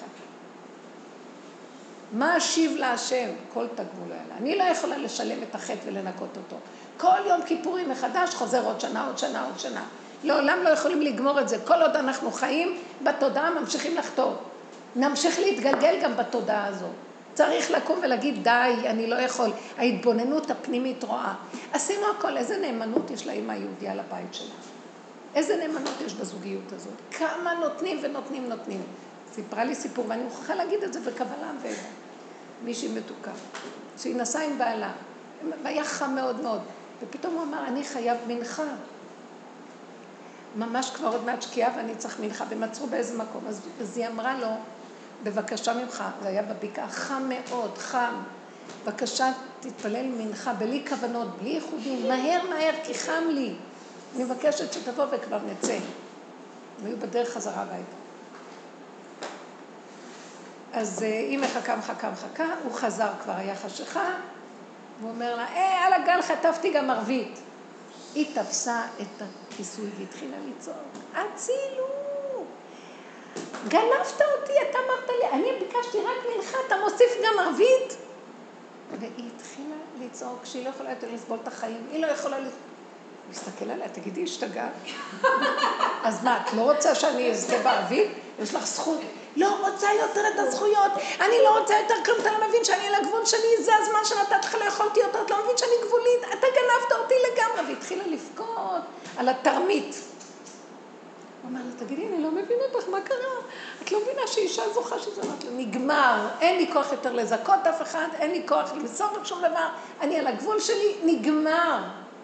מה אשיב להשם? כל תגמול האלה. אני לא יכולה לשלם את החטא ולנקות אותו. כל יום כיפורים מחדש חוזר עוד שנה, עוד שנה, עוד שנה. לעולם לא יכולים לגמור את זה. כל עוד אנחנו חיים בתודעה, ממשיכים לחתור. נמשיך להתגלגל גם בתודעה הזו. צריך לקום ולהגיד, די, אני לא יכול. ההתבוננות הפנימית רואה. עשינו הכל, איזה נאמנות יש לאמא היהודיה לבית שלה. איזה נאמנות יש בזוגיות הזאת. כמה נותנים ונותנים נותנים. סיפרה לי סיפור, ואני מוכרחה להגיד את זה בקבלה ועדה. מישהי מתוקה, שהיא נסעה עם בעלה, והיה חם מאוד מאוד, ופתאום הוא אמר, אני חייב מנחה. ממש כבר עוד מעט שקיעה ואני צריך מנחה, ומצאו באיזה מקום. אז, אז היא אמרה לו, בבקשה ממך, זה היה בבקעה, חם מאוד, חם. בבקשה תתפלל מנחה, בלי כוונות, בלי ייחודים, מהר מהר, כי חם לי. אני מבקשת שתבוא וכבר נצא. הם היו בדרך חזרה הביתה. אז היא מחכה, מחכה, מחכה, הוא חזר, כבר היה חשיכה, והוא אומר לה, אה, על הגל חטפתי גם ערבית. היא תפסה את הכיסוי והתחילה לצעוק, הצילו! גנבת אותי, אתה אמרת לי, אני ביקשתי רק מנחה, אתה מוסיף גם ערבית? והיא התחילה לצעוק שהיא לא יכולה יותר לסבול את החיים, היא לא יכולה לסבול. הוא מסתכל עליה, תגידי, השתגעת? אז מה, את לא רוצה שאני אזכה בערבית? יש לך זכות. לא רוצה יותר את הזכויות, אני לא רוצה יותר כלום, אתה לא מבין שאני על הגבול שלי, זה הזמן שנתת לך, לא יכולתי יותר, אתה לא מבין שאני גבולית, אתה גנבת אותי לגמרי, והתחילה לבכות על התרמית. הוא אמר לה, תגידי, אני לא מבין אותך, מה קרה? את לא מבינה שאישה זוכה שזה אומרת לה, נגמר, אין לי כוח יותר לזכות אף אחד, אין לי כוח למסור שום דבר, אני על הגבול שלי, נגמר.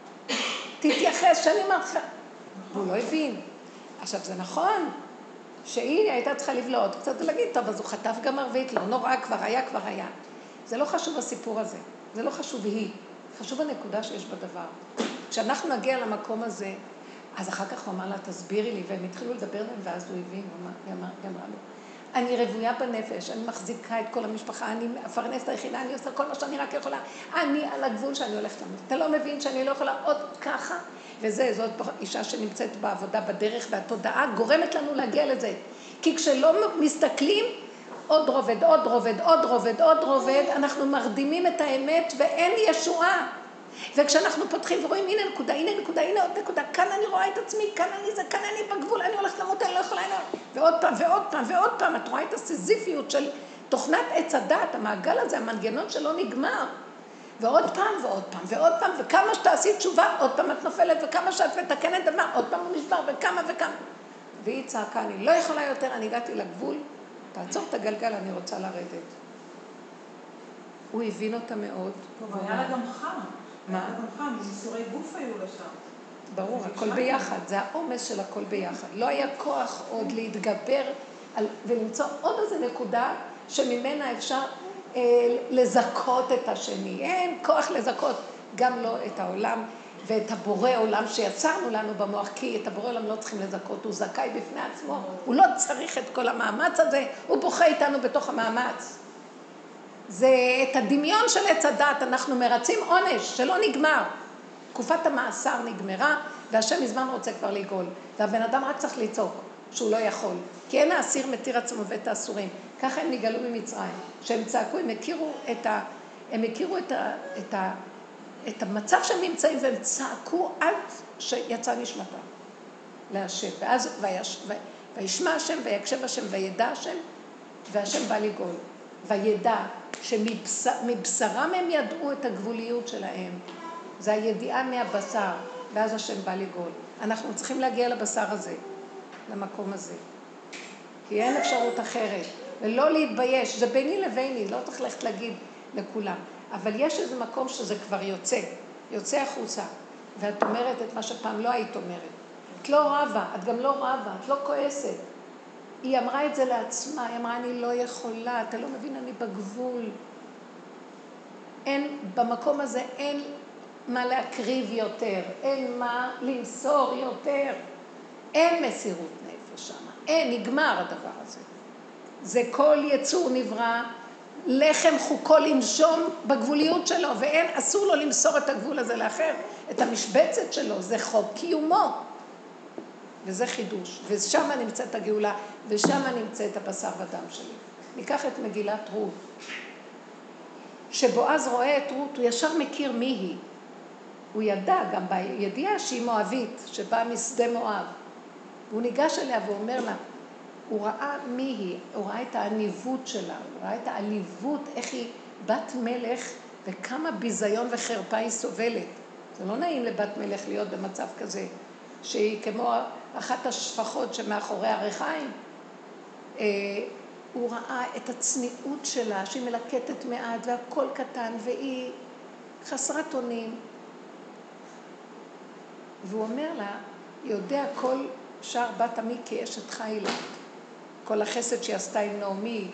תתייחס, שאני אמרת לך. והוא לא הבין. עכשיו, זה נכון שהיא הייתה צריכה לבלעות קצת ולהגיד, טוב, אז הוא חטף גם ערבית, לא נורא, כבר היה, כבר היה. זה לא חשוב הסיפור הזה, זה לא חשוב היא, חשוב הנקודה שיש בדבר. כשאנחנו נגיע למקום הזה, אז אחר כך הוא אמר לה, תסבירי לי, והם התחילו לדבר להם, ואז הוא הבין, היא אמרה לו, אני רבויה בנפש, אני מחזיקה את כל המשפחה, אני אפרנס את היחידה, אני עושה כל מה שאני רק יכולה, אני על הגבול שאני הולכת למות. אתה לא מבין שאני לא יכולה עוד ככה? וזה, זאת אישה שנמצאת בעבודה בדרך, והתודעה גורמת לנו להגיע לזה. כי כשלא מסתכלים, עוד רובד, עוד רובד, עוד רובד, עוד רובד, אנחנו מרדימים את האמת ואין ישועה. וכשאנחנו פותחים ורואים, הנה נקודה, הנה נקודה, הנה עוד נקודה, כאן אני רואה את עצמי, כאן אני זה, כאן אני בגבול, אני הולכת למות, אני לא יכולה, אני לא... ועוד פעם, ועוד פעם, ועוד פעם, את רואה את הסיזיפיות של תוכנת עץ הדת, המעגל הזה, המנגנון שלא נגמר. ועוד פעם, ועוד פעם, ועוד פעם, וכמה שתעשי תשובה, עוד פעם את נופלת, וכמה שאת מתקנת דבר, עוד פעם הוא נשבר, וכמה וכמה. והיא צעקה, אני לא יכולה יותר, אני הגעתי לגבול, תעצור את הגלגל, אני רוצה לרדת. הוא הבין אותה מאוד. טוב, היה לה גם חם. מה? היה לה גם חם, מסורי גוף היו לה שם. ברור, הכל ביחד, זה העומס של הכל ביחד. לא היה כוח עוד להתגבר על, ולמצוא עוד איזה נקודה שממנה אפשר אה, לזכות את השני. אין כוח לזכות גם לא את העולם ואת הבורא עולם שיצרנו לנו במוח, כי את הבורא עולם לא צריכים לזכות, הוא זכאי בפני עצמו, הוא לא צריך את כל המאמץ הזה, הוא בוכה איתנו בתוך המאמץ. זה את הדמיון של עץ הדת, אנחנו מרצים עונש שלא נגמר. תקופת המאסר נגמרה, והשם מזמן רוצה כבר לגאול. והבן אדם רק צריך לצעוק, שהוא לא יכול. כי אין האסיר מתיר עצמו ואת האסורים. ככה הם נגאלו ממצרים. כשהם צעקו, הם הכירו את, ה, הם הכירו את, ה, את, ה, את המצב שהם נמצאים, והם צעקו עד שיצא נשמתה להשם. ואז ויש, וישמע השם, ויקשב השם, וידע השם, והשם בא לגאול. וידע שמבשרם הם ידעו את הגבוליות שלהם. זה הידיעה מהבשר, ואז השם בא לגאול. אנחנו צריכים להגיע לבשר הזה, למקום הזה. כי אין אפשרות אחרת. ולא להתבייש, זה ביני לביני, לא צריך ללכת להגיד לכולם. אבל יש איזה מקום שזה כבר יוצא, יוצא החוצה. ואת אומרת את מה שפעם לא היית אומרת. את לא רבה, את גם לא רבה, את לא כועסת. היא אמרה את זה לעצמה, היא אמרה, אני לא יכולה, אתה לא מבין, אני בגבול. אין, במקום הזה אין מה להקריב יותר, אין מה למסור יותר, אין מסירות נפש שם, אין, נגמר הדבר הזה. זה כל יצור נברא, לחם חוקו לנשום בגבוליות שלו, ואין, אסור לו למסור את הגבול הזה לאחר, את המשבצת שלו, זה חוק קיומו. וזה חידוש, ושם נמצאת הגאולה, ושם נמצאת הבשר ודם שלי. ניקח את מגילת רות. שבועז רואה את רות, הוא ישר מכיר מי היא. הוא ידע גם בידיעה שהיא מואבית, שבאה משדה מואב. הוא ניגש אליה ואומר לה, הוא ראה מי היא, הוא ראה את העניבות שלה, הוא ראה את העליבות, איך היא בת מלך וכמה ביזיון וחרפה היא סובלת. זה לא נעים לבת מלך להיות במצב כזה, שהיא כמו אחת השפחות שמאחורי הרחיים. הוא ראה את הצניעות שלה, שהיא מלקטת מעט והכל קטן, והיא חסרת אונים. והוא אומר לה, יודע כל שער בת עמי כאשת חיל, כל החסד שהיא עשתה עם נעמי.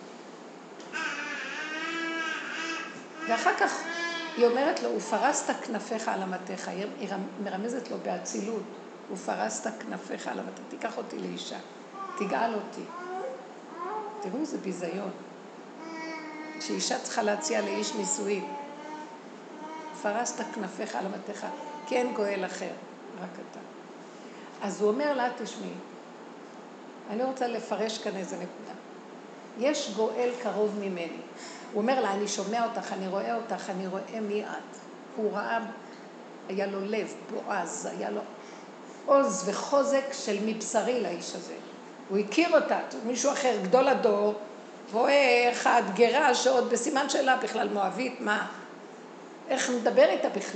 ואחר כך היא אומרת לו, ופרסת כנפיך על אמתיך, היא מרמזת לו באצילות, ופרסת כנפיך על אמתיך, תיקח אותי לאישה, תגאל אותי. תראו, זה ביזיון. שאישה צריכה להציע לאיש נישואין. פרסת כנפיך על אמתיך, כי אין גואל אחר, רק אתה. אז הוא אומר לה, תשמעי, אני רוצה לפרש כאן איזה נקודה. יש גואל קרוב ממני. הוא אומר לה, אני שומע אותך, אני רואה אותך, אני רואה מי את. הוא ראה, היה לו לב, בועז, היה לו עוז וחוזק של מבשרי לאיש הזה. הוא הכיר אותה, מישהו אחר, גדול הדור, רואה אחד גרה שעוד בסימן שלה בכלל מואבית, מה? איך מדבר איתה בכלל?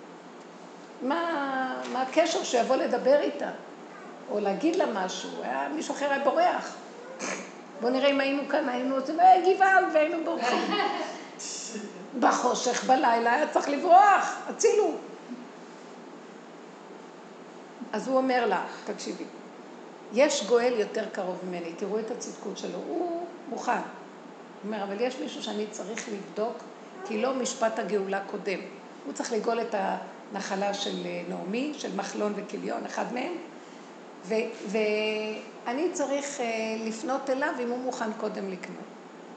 מה, מה הקשר שיבוא לדבר איתה? או להגיד לה משהו, היה מישהו אחר היה בורח. בוא נראה אם היינו כאן, היינו עושים, היי גבעל, והיינו בורחים. בחושך בלילה היה צריך לברוח, הצילו. אז הוא אומר לה, תקשיבי, יש גואל יותר קרוב ממני, תראו את הצדקות שלו, הוא מוכן. הוא אומר, אבל יש מישהו שאני צריך לבדוק, כי לא משפט הגאולה קודם. הוא צריך לגאול את הנחלה של נעמי, של מחלון וכליון, אחד מהם, ו- ואני צריך uh, לפנות אליו אם הוא מוכן קודם לקנות.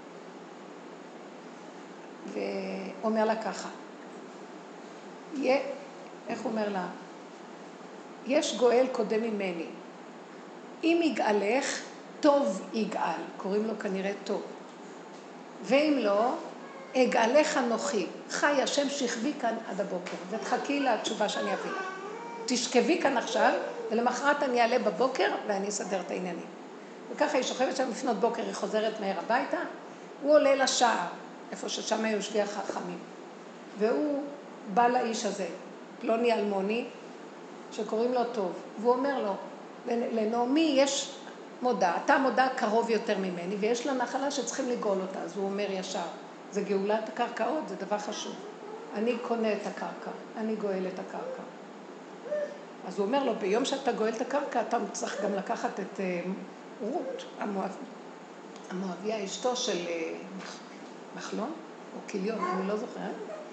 ואומר לה ככה, יה, איך הוא אומר לה? יש גואל קודם ממני. אם יגאלך, טוב יגאל, קוראים לו כנראה טוב. ואם לא, אגאלך אנוכי. חי השם שכבי כאן עד הבוקר, ותחכי לתשובה שאני אביא לה. תשכבי כאן עכשיו, ולמחרת אני אעלה בבוקר ואני אסדר את העניינים. וככה היא שוכבת שם לפנות בוקר, היא חוזרת מהר הביתה, הוא עולה לשער, איפה ששם היו שגיח חכמים. והוא בא לאיש הזה, פלוני אלמוני, שקוראים לו טוב, והוא אומר לו, לנעמי יש מודע, אתה מודע קרוב יותר ממני, ויש לה נחלה שצריכים לגאול אותה, אז הוא אומר ישר, זה גאולת הקרקעות, זה דבר חשוב. אני קונה את הקרקע, אני גואל את הקרקע. אז הוא אומר לו, ביום שאתה גואל את הקרקע, אתה צריך גם לקחת את רות, המואב, המואביה, אשתו של מחלון, או כליון, אני לא זוכרת,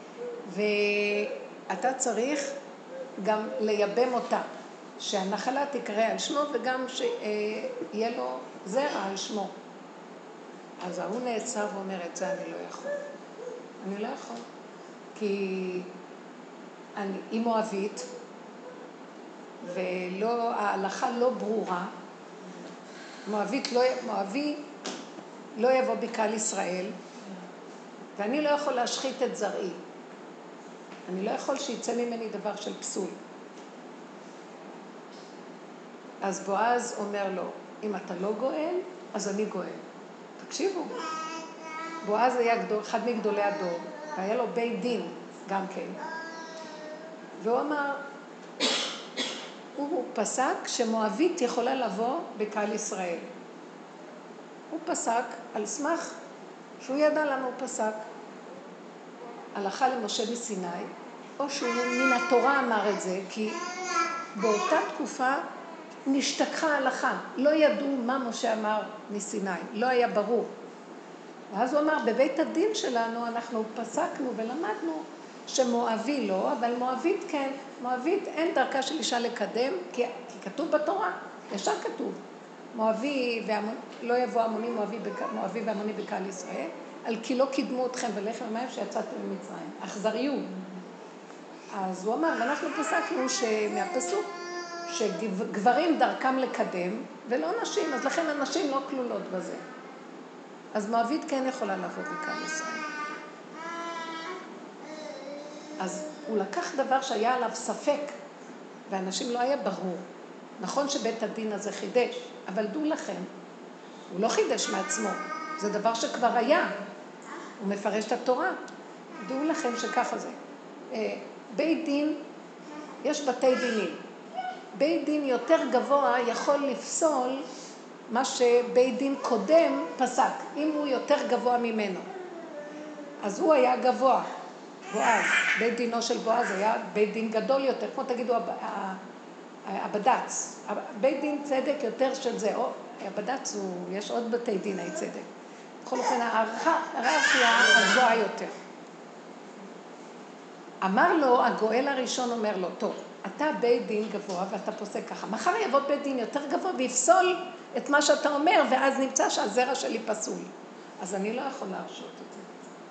ואתה צריך גם לייבם אותה, שהנחלה תקרא על שמו, וגם שיהיה לו זרע על שמו. אז הוא נעצר ואומר, את זה אני לא יכול. אני לא יכול. כי אני, היא מואבית, וההלכה לא ברורה. מואבית לא, מואבי לא יבוא בקהל ישראל, ואני לא יכול להשחית את זרעי. אני לא יכול שיצא ממני דבר של פסול. אז בועז אומר לו, אם אתה לא גואל, אז אני גואל. תקשיבו, בועז היה גדול, אחד מגדולי הדור, והיה לו בית דין גם כן. והוא אמר, הוא פסק שמואבית יכולה לבוא בקהל ישראל. הוא פסק על סמך שהוא ידע למה הוא פסק. הלכה למשה מסיני, או שהוא מן התורה אמר את זה, כי באותה תקופה נשתכחה ההלכה. לא ידעו מה משה אמר מסיני, לא היה ברור. ואז הוא אמר, בבית הדין שלנו אנחנו פסקנו ולמדנו שמואבי לא, אבל מואבית כן. מואבית אין דרכה של אישה לקדם, כי, כי כתוב בתורה, ישר כתוב. מואבי והמון, לא יבוא המוני מואבי, מואבי והמוני בקהל ישראל, על כי לא קידמו אתכם בלחם המים שיצאתם ממצרים. אכזריות. אז הוא אמר, ואנחנו פסקנו שמהפסוק, שגברים דרכם לקדם, ולא נשים, אז לכן הנשים לא כלולות בזה. אז מואבית כן יכולה לבוא בקהל ישראל. אז הוא לקח דבר שהיה עליו ספק, ואנשים לא היה ברור. נכון שבית הדין הזה חידש, אבל דעו לכם, הוא לא חידש מעצמו, זה דבר שכבר היה. הוא מפרש את התורה. דעו לכם שככה זה. בית דין, יש בתי דינים. בית דין יותר גבוה יכול לפסול מה שבית דין קודם פסק, אם הוא יותר גבוה ממנו. אז הוא היה גבוה, בועז. בית דינו של בועז היה בית דין גדול יותר, כמו תגידו הבד"ץ. בית דין צדק יותר של זה, או הבד"ץ הוא, יש עוד בתי דיני צדק. בכל אופן, ההיררכיה הגבוהה יותר. אמר לו, הגואל הראשון אומר לו, טוב, אתה בית דין גבוה ואתה פוסק ככה. מחר יבוא בית דין יותר גבוה ויפסול את מה שאתה אומר, ואז נמצא שהזרע שלי פסול. אז אני לא יכול להרשות את זה.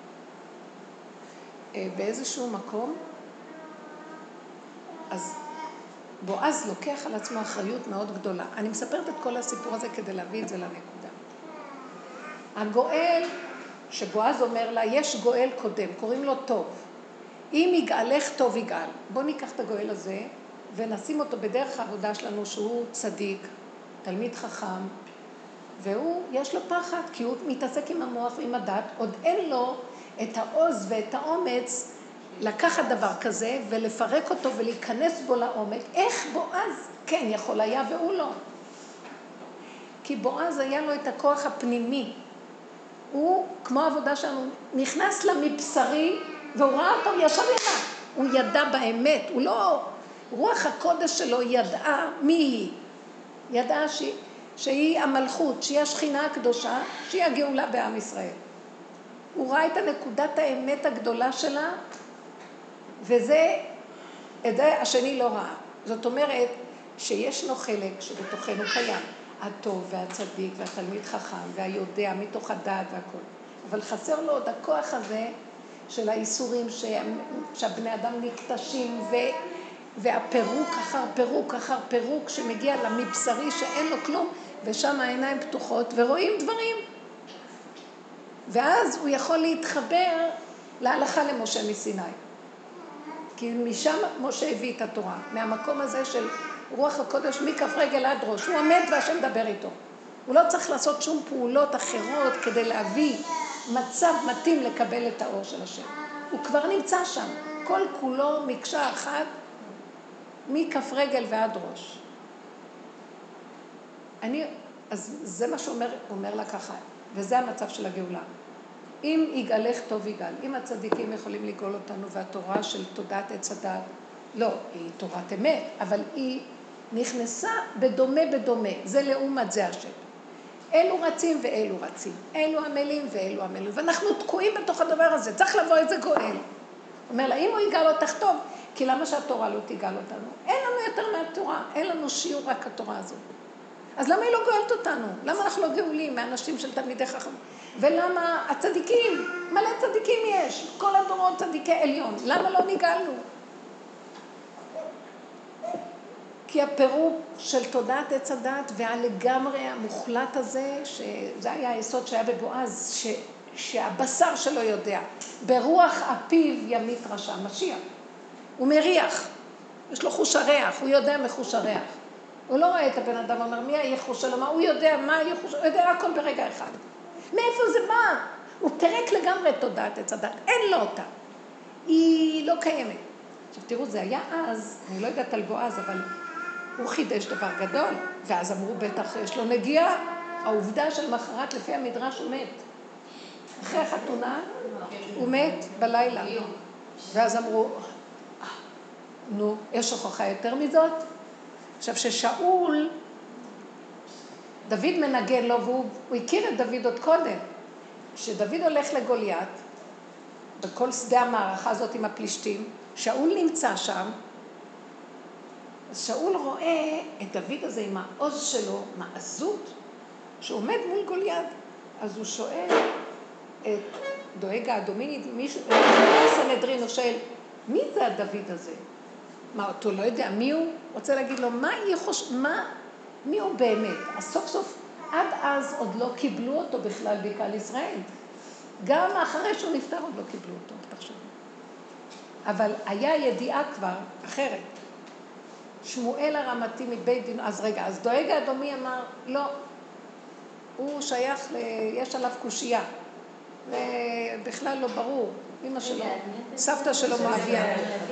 באיזשהו מקום, אז בועז לוקח על עצמו אחריות מאוד גדולה. אני מספרת את כל הסיפור הזה כדי להביא את זה לנקודה. הגואל, שבועז אומר לה, יש גואל קודם, קוראים לו טוב. אם יגאלך טוב יגאל. בוא ניקח את הגואל הזה ונשים אותו בדרך העבודה שלנו שהוא צדיק, תלמיד חכם, והוא, יש לו פחד, כי הוא מתעסק עם המוח ועם הדת, עוד אין לו את העוז ואת האומץ לקחת דבר כזה ולפרק אותו ולהיכנס בו לעומק. איך בועז כן יכול היה והוא לא? כי בועז היה לו את הכוח הפנימי. הוא, כמו העבודה שלנו, נכנס לה מבשרי והוא ראה אותו, הוא ישב ידע. הוא ידע באמת, הוא לא... רוח הקודש שלו ידעה מי היא. ידעה ש... שהיא המלכות, שהיא השכינה הקדושה, שהיא הגאולה בעם ישראל. הוא ראה את הנקודת האמת הגדולה שלה, וזה, את זה השני לא ראה. זאת אומרת שיש לו חלק שבתוכנו קיים, הטוב והצדיק והתלמיד חכם והיודע מתוך הדעת והכל. אבל חסר לו עוד הכוח הזה של האיסורים שהבני אדם נקטשים ו... והפירוק אחר פירוק אחר פירוק שמגיע למבשרי שאין לו כלום, ושם העיניים פתוחות ורואים דברים. ואז הוא יכול להתחבר להלכה למשה מסיני. כי משם משה הביא את התורה, מהמקום הזה של רוח הקודש מכף רגל עד ראש. הוא עומד והשם מדבר איתו. הוא לא צריך לעשות שום פעולות אחרות כדי להביא מצב מתאים לקבל את האור של השם. הוא כבר נמצא שם. כל כולו מקשה אחת מכף רגל ועד ראש. אני, אז זה מה שאומר, אומר לה ככה, וזה המצב של הגאולה. אם יגאלך טוב יגאל, אם הצדיקים יכולים לגאול אותנו, והתורה של תודעת עץ הדת, לא, היא תורת אמת, אבל היא נכנסה בדומה בדומה, זה לעומת זה השם. אלו רצים ואלו רצים, אלו עמלים ואלו עמלים, ואנחנו תקועים בתוך הדבר הזה, צריך לבוא איזה גואל. אומר לה, אם הוא יגאל אותך טוב, כי למה שהתורה לא תגאל אותנו? אין לנו יותר מהתורה, אין לנו שיעור רק התורה הזאת. אז למה היא לא גואלת אותנו? למה אנחנו לא גאולים מאנשים של תלמידי חכם? ולמה הצדיקים, מלא צדיקים יש, כל הדורות צדיקי עליון, למה לא נגאלנו? כי הפירוק של תודעת עץ הדת והלגמרי המוחלט הזה, שזה היה היסוד שהיה בבועז, ש... שהבשר שלו יודע, ברוח אפיו ימית רשע, משיח. הוא מריח, יש לו חוש הריח, הוא יודע מחוש הריח. הוא לא רואה את הבן אדם, אומר, מי הייחוש שלו, מה הוא יודע, מה הייחוש, הוא יודע הכל ברגע אחד. מאיפה זה בא? הוא פרק לגמרי את תודעת עץ הדת, אין לו אותה. היא לא קיימת. עכשיו תראו, זה היה אז, אני לא יודעת על בועז, אבל הוא חידש דבר גדול, ואז אמרו בטח יש לו נגיעה, העובדה של מחרת לפי המדרש הוא מת. אחרי החתונה הוא מת בלילה. ואז אמרו, נו, יש הוכחה יותר מזאת? עכשיו ששאול, דוד מנגן לו, והוא הכיר את דוד עוד קודם. כשדוד הולך לגוליית, בכל שדה המערכה הזאת עם הפלישתים, שאול נמצא שם, אז שאול רואה את דוד הזה עם העוז שלו, מעזות, שעומד מול גוליית. אז הוא שואל את דואג האדומי, מישהו, סנהדרין, הוא שואל, מי זה הדוד הזה? מה, אותו לא יודע מי הוא? רוצה להגיד לו, מה היא חוש... מה? מי הוא באמת? אז סוף סוף, עד אז עוד לא קיבלו אותו בכלל בקהל ישראל. גם אחרי שהוא נפטר עוד לא קיבלו אותו, תחשבו. אבל היה ידיעה כבר אחרת. שמואל הרמתי מבית דין, אז רגע, אז דואג האדומי אמר, לא, הוא שייך, ל... יש עליו קושייה, ובכלל לא ברור, אמא שלו, סבתא שלו מואביה.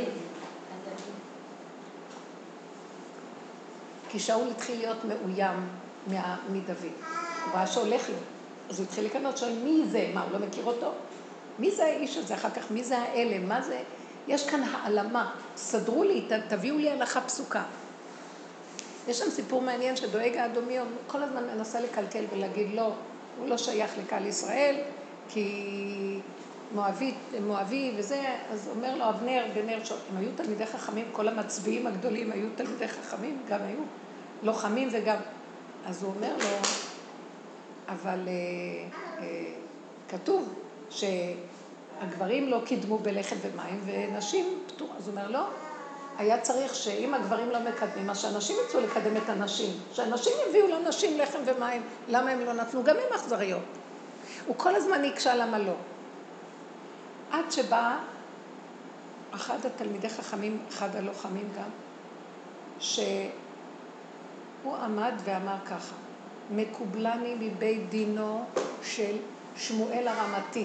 כי שאול התחיל להיות מאוים מדוד, הוא ראה שהולך לו, אז הוא התחיל לקנות, שואל מי זה? מה, הוא לא מכיר אותו? מי זה האיש הזה? אחר כך, מי זה האלה? מה זה? יש כאן העלמה, סדרו לי, תביאו לי הלכה פסוקה. יש שם סיפור מעניין שדואג האדומי כל הזמן מנסה לקלקל ולהגיד לא, הוא לא שייך לקהל ישראל, כי מואבי, מואבי וזה, אז אומר לו אבנר בנר שול, הם היו תלמידי חכמים, כל המצביעים הגדולים היו תלמידי חכמים, גם היו לוחמים וגם, אז הוא אומר לו, אבל אה, אה, כתוב שהגברים לא קידמו בלחם ומים ונשים פתור, אז הוא אומר לא, היה צריך שאם הגברים לא מקדמים, אז שאנשים יצאו לקדם את הנשים, שאנשים יביאו לנשים לחם ומים, למה הם לא נתנו? גם הם אכזריות. הוא כל הזמן יקשה למה לא. עד שבא אחד התלמידי חכמים, אחד הלוחמים גם, שהוא עמד ואמר ככה, מקובלני מבית דינו של שמואל הרמתי,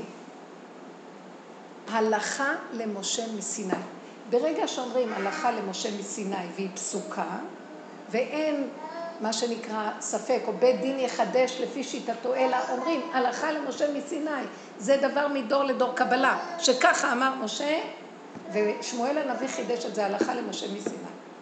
הלכה למשה מסיני. ברגע שאומרים הלכה למשה מסיני והיא פסוקה, ואין מה שנקרא ספק, או בית דין יחדש לפי שיטתו, אלא אומרים הלכה למשה מסיני, זה דבר מדור לדור קבלה, שככה אמר משה, ושמואל הנביא חידש את זה, הלכה למשה מסיני.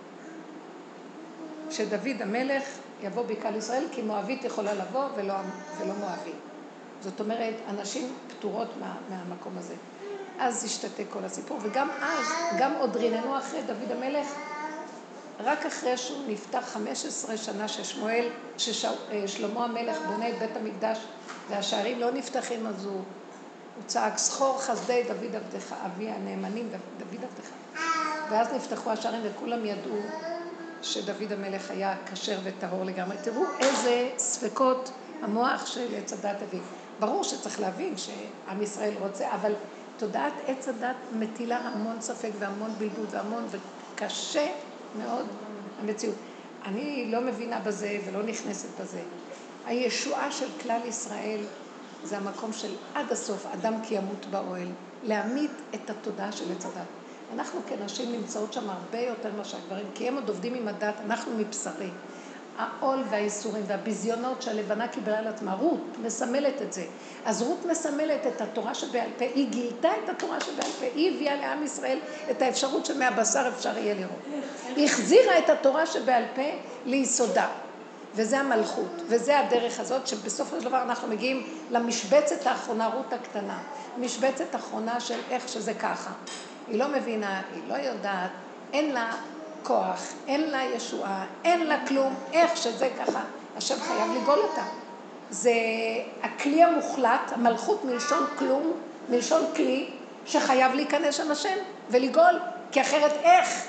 שדוד המלך יבוא בקהל ישראל, כי מואבית יכולה לבוא ולא, ולא מואבי. זאת אומרת, אנשים פטורות מה, מהמקום הזה. אז השתתק כל הסיפור, וגם אז, גם עוד ריננו אחרי דוד המלך, רק אחרי שהוא נפטר חמש עשרה שנה ששמואל, ששלמה המלך בונה את בית המקדש, והשערים לא נפתחים, אז הוא, הוא צעק, זכור חסדי דוד עבדך, אבי הנאמנים, דוד עבדך. ואז נפתחו השערים וכולם ידעו שדוד המלך היה כשר וטהור לגמרי. תראו איזה ספקות המוח של עץ הדת הביא. ברור שצריך להבין שעם ישראל רוצה, אבל תודעת עץ הדת מטילה המון ספק והמון בלבוד והמון, וקשה מאוד המציאות. אני לא מבינה בזה ולא נכנסת בזה. הישועה של כלל ישראל זה המקום של עד הסוף, אדם כי ימות באוהל, להעמיד את התודעה של עץ הדת. אנחנו כנשים נמצאות שם הרבה יותר מה שהגברים, כי הם עוד עובדים עם הדת, אנחנו מבשרי. העול והאיסורים והביזיונות שהלבנה קיבלה על עצמה, רות מסמלת את זה. אז רות מסמלת את התורה שבעל פה, היא גילתה את התורה שבעל פה, היא הביאה לעם ישראל את האפשרות שמהבשר אפשר יהיה לראות. היא החזירה את התורה שבעל פה ליסודה, וזה המלכות, וזה הדרך הזאת שבסופו של דבר אנחנו מגיעים למשבצת האחרונה, רות הקטנה, משבצת האחרונה של איך שזה ככה. היא לא מבינה, היא לא יודעת, אין לה כוח, אין לה ישועה, אין לה כלום, איך שזה ככה, השם חייב לגאול אותה. זה הכלי המוחלט, המלכות מלשון כלום, מלשון כלי, שחייב להיכנס שם השם ולגאול, כי אחרת איך?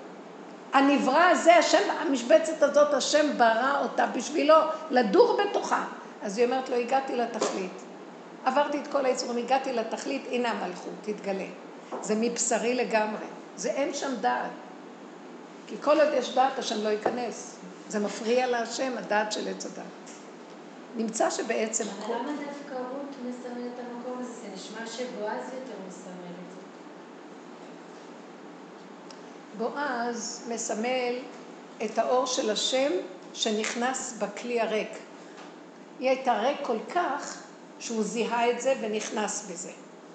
הנברא הזה, השם, המשבצת הזאת, השם ברא אותה בשבילו, לדור בתוכה. אז היא אומרת לו, הגעתי לתכלית, עברתי את כל היצורים, הגעתי לתכלית, הנה המלכות, תתגלה. זה מבשרי לגמרי, זה אין שם דעת. כי כל עוד יש דעת, השם לא ייכנס. זה מפריע להשם, הדעת של עץ הדעת. נמצא שבעצם... אבל למה דווקא רות מסמל את המקום הזה? זה נשמע שבועז יותר מסמל את זה. בועז מסמל את האור של השם שנכנס בכלי הריק. היא הייתה ריק כל כך שהוא זיהה את זה ונכנס בזה.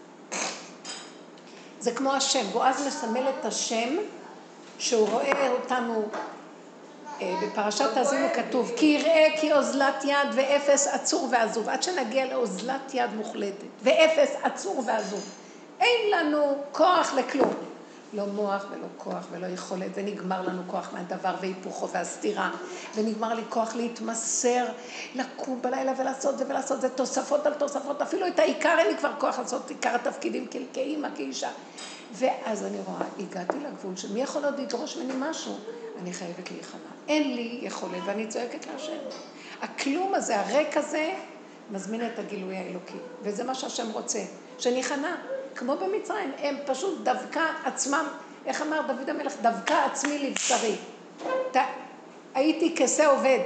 זה כמו השם. בועז מסמל את השם שהוא רואה אותנו, בפרשת האזינו כתוב, כי יראה כי אוזלת יד ואפס עצור ועזוב, עד שנגיע לאוזלת יד מוחלטת, ואפס עצור ועזוב. אין לנו כוח לכלום. לא מוח ולא כוח ולא יכולת, ונגמר לנו כוח מהדבר והיפוכו והסתירה, ונגמר לי כוח להתמסר, לקום בלילה ולעשות זה ולעשות זה, תוספות על תוספות, אפילו את העיקר אין לי כבר כוח לעשות עיקר התפקידים כאימא, כאישה. ואז אני רואה, הגעתי לגבול שמי יכול עוד לדרוש ממני משהו? אני חייבת להיכנע. אין לי יכולת ואני צועקת להשם. הכלום הזה, הריק הזה, מזמין את הגילוי האלוקי. וזה מה שהשם רוצה, שניכנע. כמו במצרים, הם פשוט דווקא עצמם, איך אמר דוד המלך, דווקא עצמי לבשרי. ת... הייתי כסה עובד.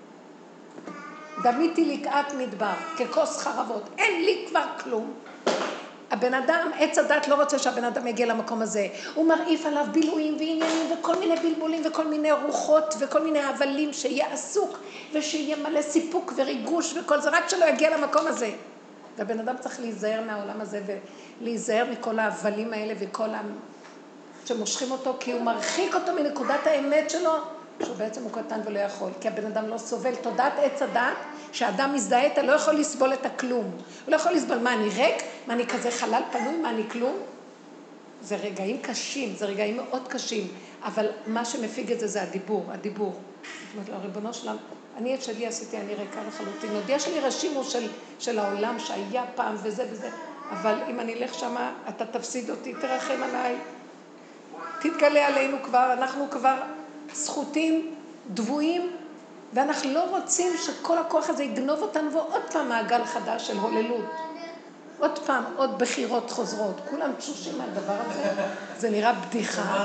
דמיתי לקעת מדבר, ככוס חרבות. אין לי כבר כלום. הבן אדם, עץ הדת לא רוצה שהבן אדם יגיע למקום הזה. הוא מרעיף עליו בילויים ועניינים וכל מיני בלבולים וכל מיני רוחות וכל מיני הבלים שיהיה עסוק ושיהיה מלא סיפוק וריגוש וכל זה, רק שלא יגיע למקום הזה. והבן אדם צריך להיזהר מהעולם הזה ולהיזהר מכל ההבלים האלה וכל ה... שמושכים אותו, כי הוא מרחיק אותו מנקודת האמת שלו, שהוא בעצם הוא קטן ולא יכול, כי הבן אדם לא סובל תודעת עץ הדת, שהאדם מזדהה איתה, לא יכול לסבול את הכלום. הוא לא יכול לסבול מה אני ריק, מה אני כזה חלל פנוי, מה אני כלום. זה רגעים קשים, זה רגעים מאוד קשים, אבל מה שמפיג את זה זה הדיבור, הדיבור. זאת אומרת, הריבונו שלנו, אני את שלי עשיתי, אני ריקה לחלוטין. עוד יש לי רשימו של, של העולם שהיה פעם וזה וזה, אבל אם אני אלך שמה, אתה תפסיד אותי, תרחם עליי, תתגלה עלינו כבר, אנחנו כבר זכותים, דבויים, ואנחנו לא רוצים שכל הכוח הזה יגנוב אותנו, ועוד פעם מעגל חדש של הוללות. עוד פעם, עוד בחירות חוזרות. כולם תשושים על הדבר הזה. זה נראה בדיחה.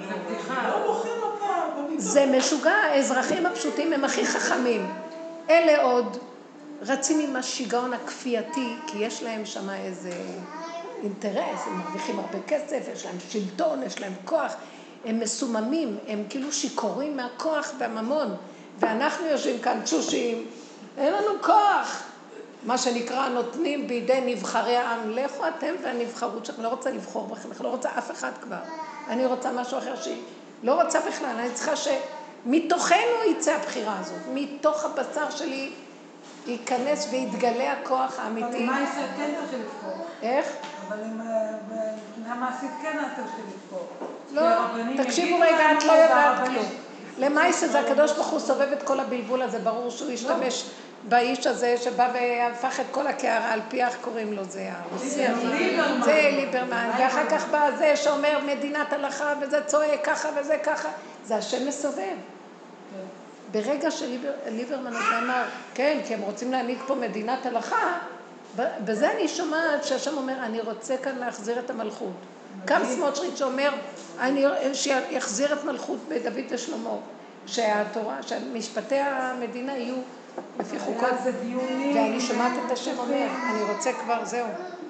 זה משוגע, האזרחים הפשוטים הם הכי חכמים. אלה עוד רצים עם השיגעון הכפייתי, כי יש להם שם איזה אינטרס, הם מרוויחים הרבה כסף, יש להם שלטון, יש להם כוח. הם מסוממים, הם כאילו שיכורים מהכוח והממון. ואנחנו יושבים כאן תשושים, אין לנו כוח. מה שנקרא נותנים בידי נבחרי העם. לכו אתם והנבחרות שלכם, לא רוצה לבחור בכם, לא רוצה אף אחד כבר. אני רוצה משהו אחר שהיא לא רוצה בכלל, אני צריכה שמתוכנו יצא הבחירה הזאת. מתוך הבשר שלי ייכנס ויתגלה הכוח האמיתי. אבל מה יעשה כן תרשי לבחור? איך? אבל מבחינה מעשית כן תרשי לבחור. לא, תקשיבו רגע, את לא יודעת כלום. למעשה זה הקדוש ברוך הוא סובב את כל הבלבול הזה, ברור שהוא ישתמש באיש הזה שבא והפך את כל הקערה, על פי איך קוראים לו, זה הרוסי הזה. זה ליברמן, ואחר כך בא זה שאומר מדינת הלכה וזה צועק ככה וזה ככה, זה השם מסובב. ברגע שליברמן הזה אמר, כן, כי הם רוצים להעניק פה מדינת הלכה, בזה אני שומעת שהשם אומר, אני רוצה כאן להחזיר את המלכות. קם סמוטריץ' שאומר, אני שיחזיר את מלכות בדוד ושלמה, שהתורה, שמשפטי המדינה יהיו לפי חוקות, ואני שומעת את השם אומר, אני רוצה כבר, זהו.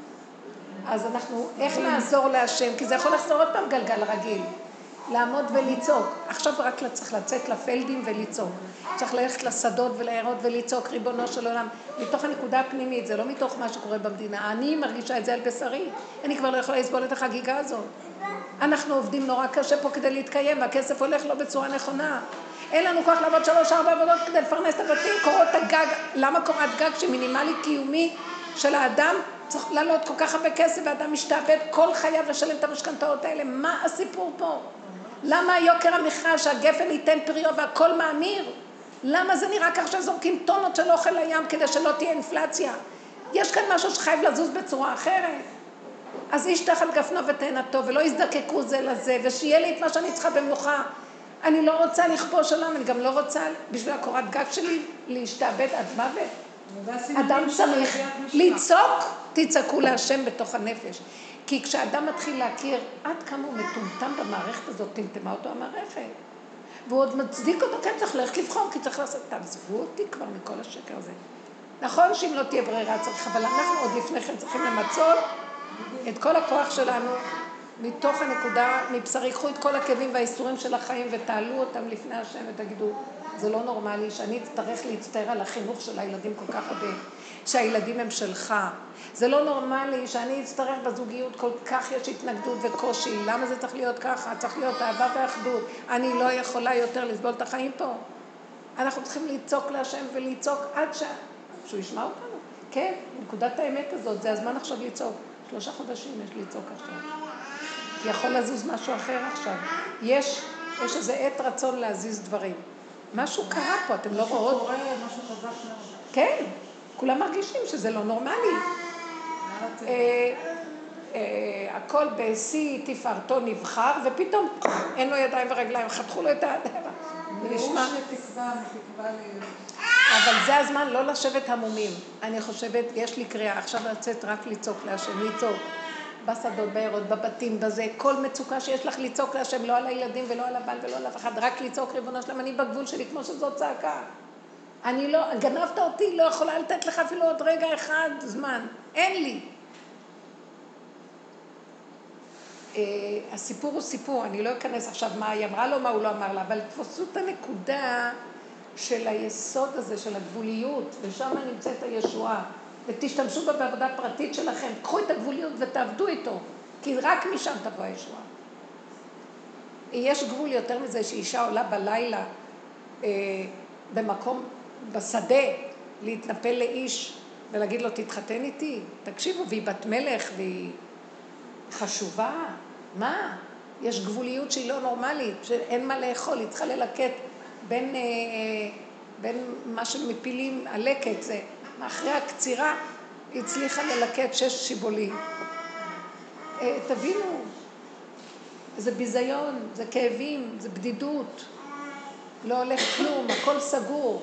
אז אנחנו, איך לעזור להשם? כי זה יכול לחזור עוד פעם גלגל רגיל, לעמוד ולצעוק. עכשיו רק צריך לצאת לפלדים ולצעוק. צריך ללכת לשדות ולערות ולצעוק, ריבונו של עולם, מתוך הנקודה הפנימית, זה לא מתוך מה שקורה במדינה. אני מרגישה את זה על בשרי, אני כבר לא יכולה לסבול את החגיגה הזאת. אנחנו עובדים נורא קשה פה כדי להתקיים, והכסף הולך לא בצורה נכונה. אין לנו כוח לעבוד שלוש ארבע עבודות כדי לפרנס את הבתים, קורות הגג. למה קורת גג שמינימלי קיומי של האדם צריך לעלות כל כך הרבה כסף, והאדם משתעבד כל חייו לשלם את המשכנתאות האלה? מה הסיפור פה? למה יוקר המחיה שהגפן ייתן פריו והכל מאמיר? למה זה נראה כך שזורקים טונות של אוכל לים כדי שלא תהיה אינפלציה? יש כאן משהו שחייב לזוז בצורה אחרת. אז איש תחת גפנו ותאנתו, ולא יזדקקו זה לזה, ושיהיה לי את מה שאני צריכה במנוחה. אני לא רוצה לכבוש עולם, אני גם לא רוצה בשביל הקורת גג שלי להשתעבד עד מוות. אדם צריך לצעוק, תצעקו להשם בתוך הנפש. כי כשאדם מתחיל להכיר עד כמה הוא מטומטם במערכת הזאת, טמטמה אותו המערכת. והוא עוד מצדיק אותו, כן צריך ללכת לבחור, כי צריך לעשות, תעזבו אותי כבר מכל השקר הזה. נכון שאם לא תהיה ברירה צריך, אבל אנחנו עוד לפני כן צריכים למצוא את כל הכוח שלנו מתוך הנקודה, מבשרי, ייקחו את כל הכאבים והאיסורים של החיים ותעלו אותם לפני השם ותגידו, זה לא נורמלי שאני אצטרך להצטער על החינוך של הילדים כל כך הרבה, שהילדים הם שלך. זה לא נורמלי שאני אצטרך בזוגיות כל כך יש התנגדות וקושי. למה זה צריך להיות ככה? צריך להיות אהבה ואחדות. אני לא יכולה יותר לסבול את החיים פה. אנחנו צריכים לצעוק להשם ולצעוק עד ש... שהוא ישמע אותנו. כן, נקודת האמת הזאת, זה הזמן עכשיו לצעוק. שלושה חודשים יש לצעוק עכשיו. יכול לזוז משהו אחר עכשיו. יש, יש איזה עת רצון להזיז דברים. משהו קרה פה, אתם לא רואות? משהו קורה, משהו חזק מאוד. כן, כולם מרגישים שזה לא נורמלי. הכל בשיא תפארתו נבחר, ופתאום אין לו ידיים ורגליים, חתכו לו את הידיים. ונשמע לתקווה, מתקווה ל... אבל זה הזמן לא לשבת המומים. אני חושבת, יש לי קריאה, עכשיו לצאת רק לצעוק להשם, לצעוק. בשדות, בעירות, בבתים, בזה, כל מצוקה שיש לך לצעוק להשם, לא על הילדים ולא על הבן ולא על אף אחד, רק לצעוק ריבונו שלם, אני בגבול שלי כמו שזאת צעקה. אני לא, גנבת אותי, לא יכולה לתת לך אפילו עוד רגע אחד זמן, אין לי. הסיפור הוא סיפור, אני לא אכנס עכשיו מה היא אמרה לו, מה הוא לא אמר לה, אבל תפסו את הנקודה של היסוד הזה, של הגבוליות, ושם נמצאת הישועה, ותשתמשו בה בעבודה פרטית שלכם, קחו את הגבוליות ותעבדו איתו, כי רק משם תבוא הישועה. יש גבול יותר מזה שאישה עולה בלילה אה, במקום, בשדה, להתנפל לאיש ולהגיד לו תתחתן איתי, תקשיבו, והיא בת מלך והיא חשובה, מה? יש גבוליות שהיא לא נורמלית, שאין מה לאכול, היא צריכה ללקט בין, אה, בין מה שמפילים, הלקט, זה אחרי הקצירה, היא הצליחה ללקט שש שיבולים. אה, תבינו, זה ביזיון, זה כאבים, זה בדידות, לא הולך כלום, הכל סגור.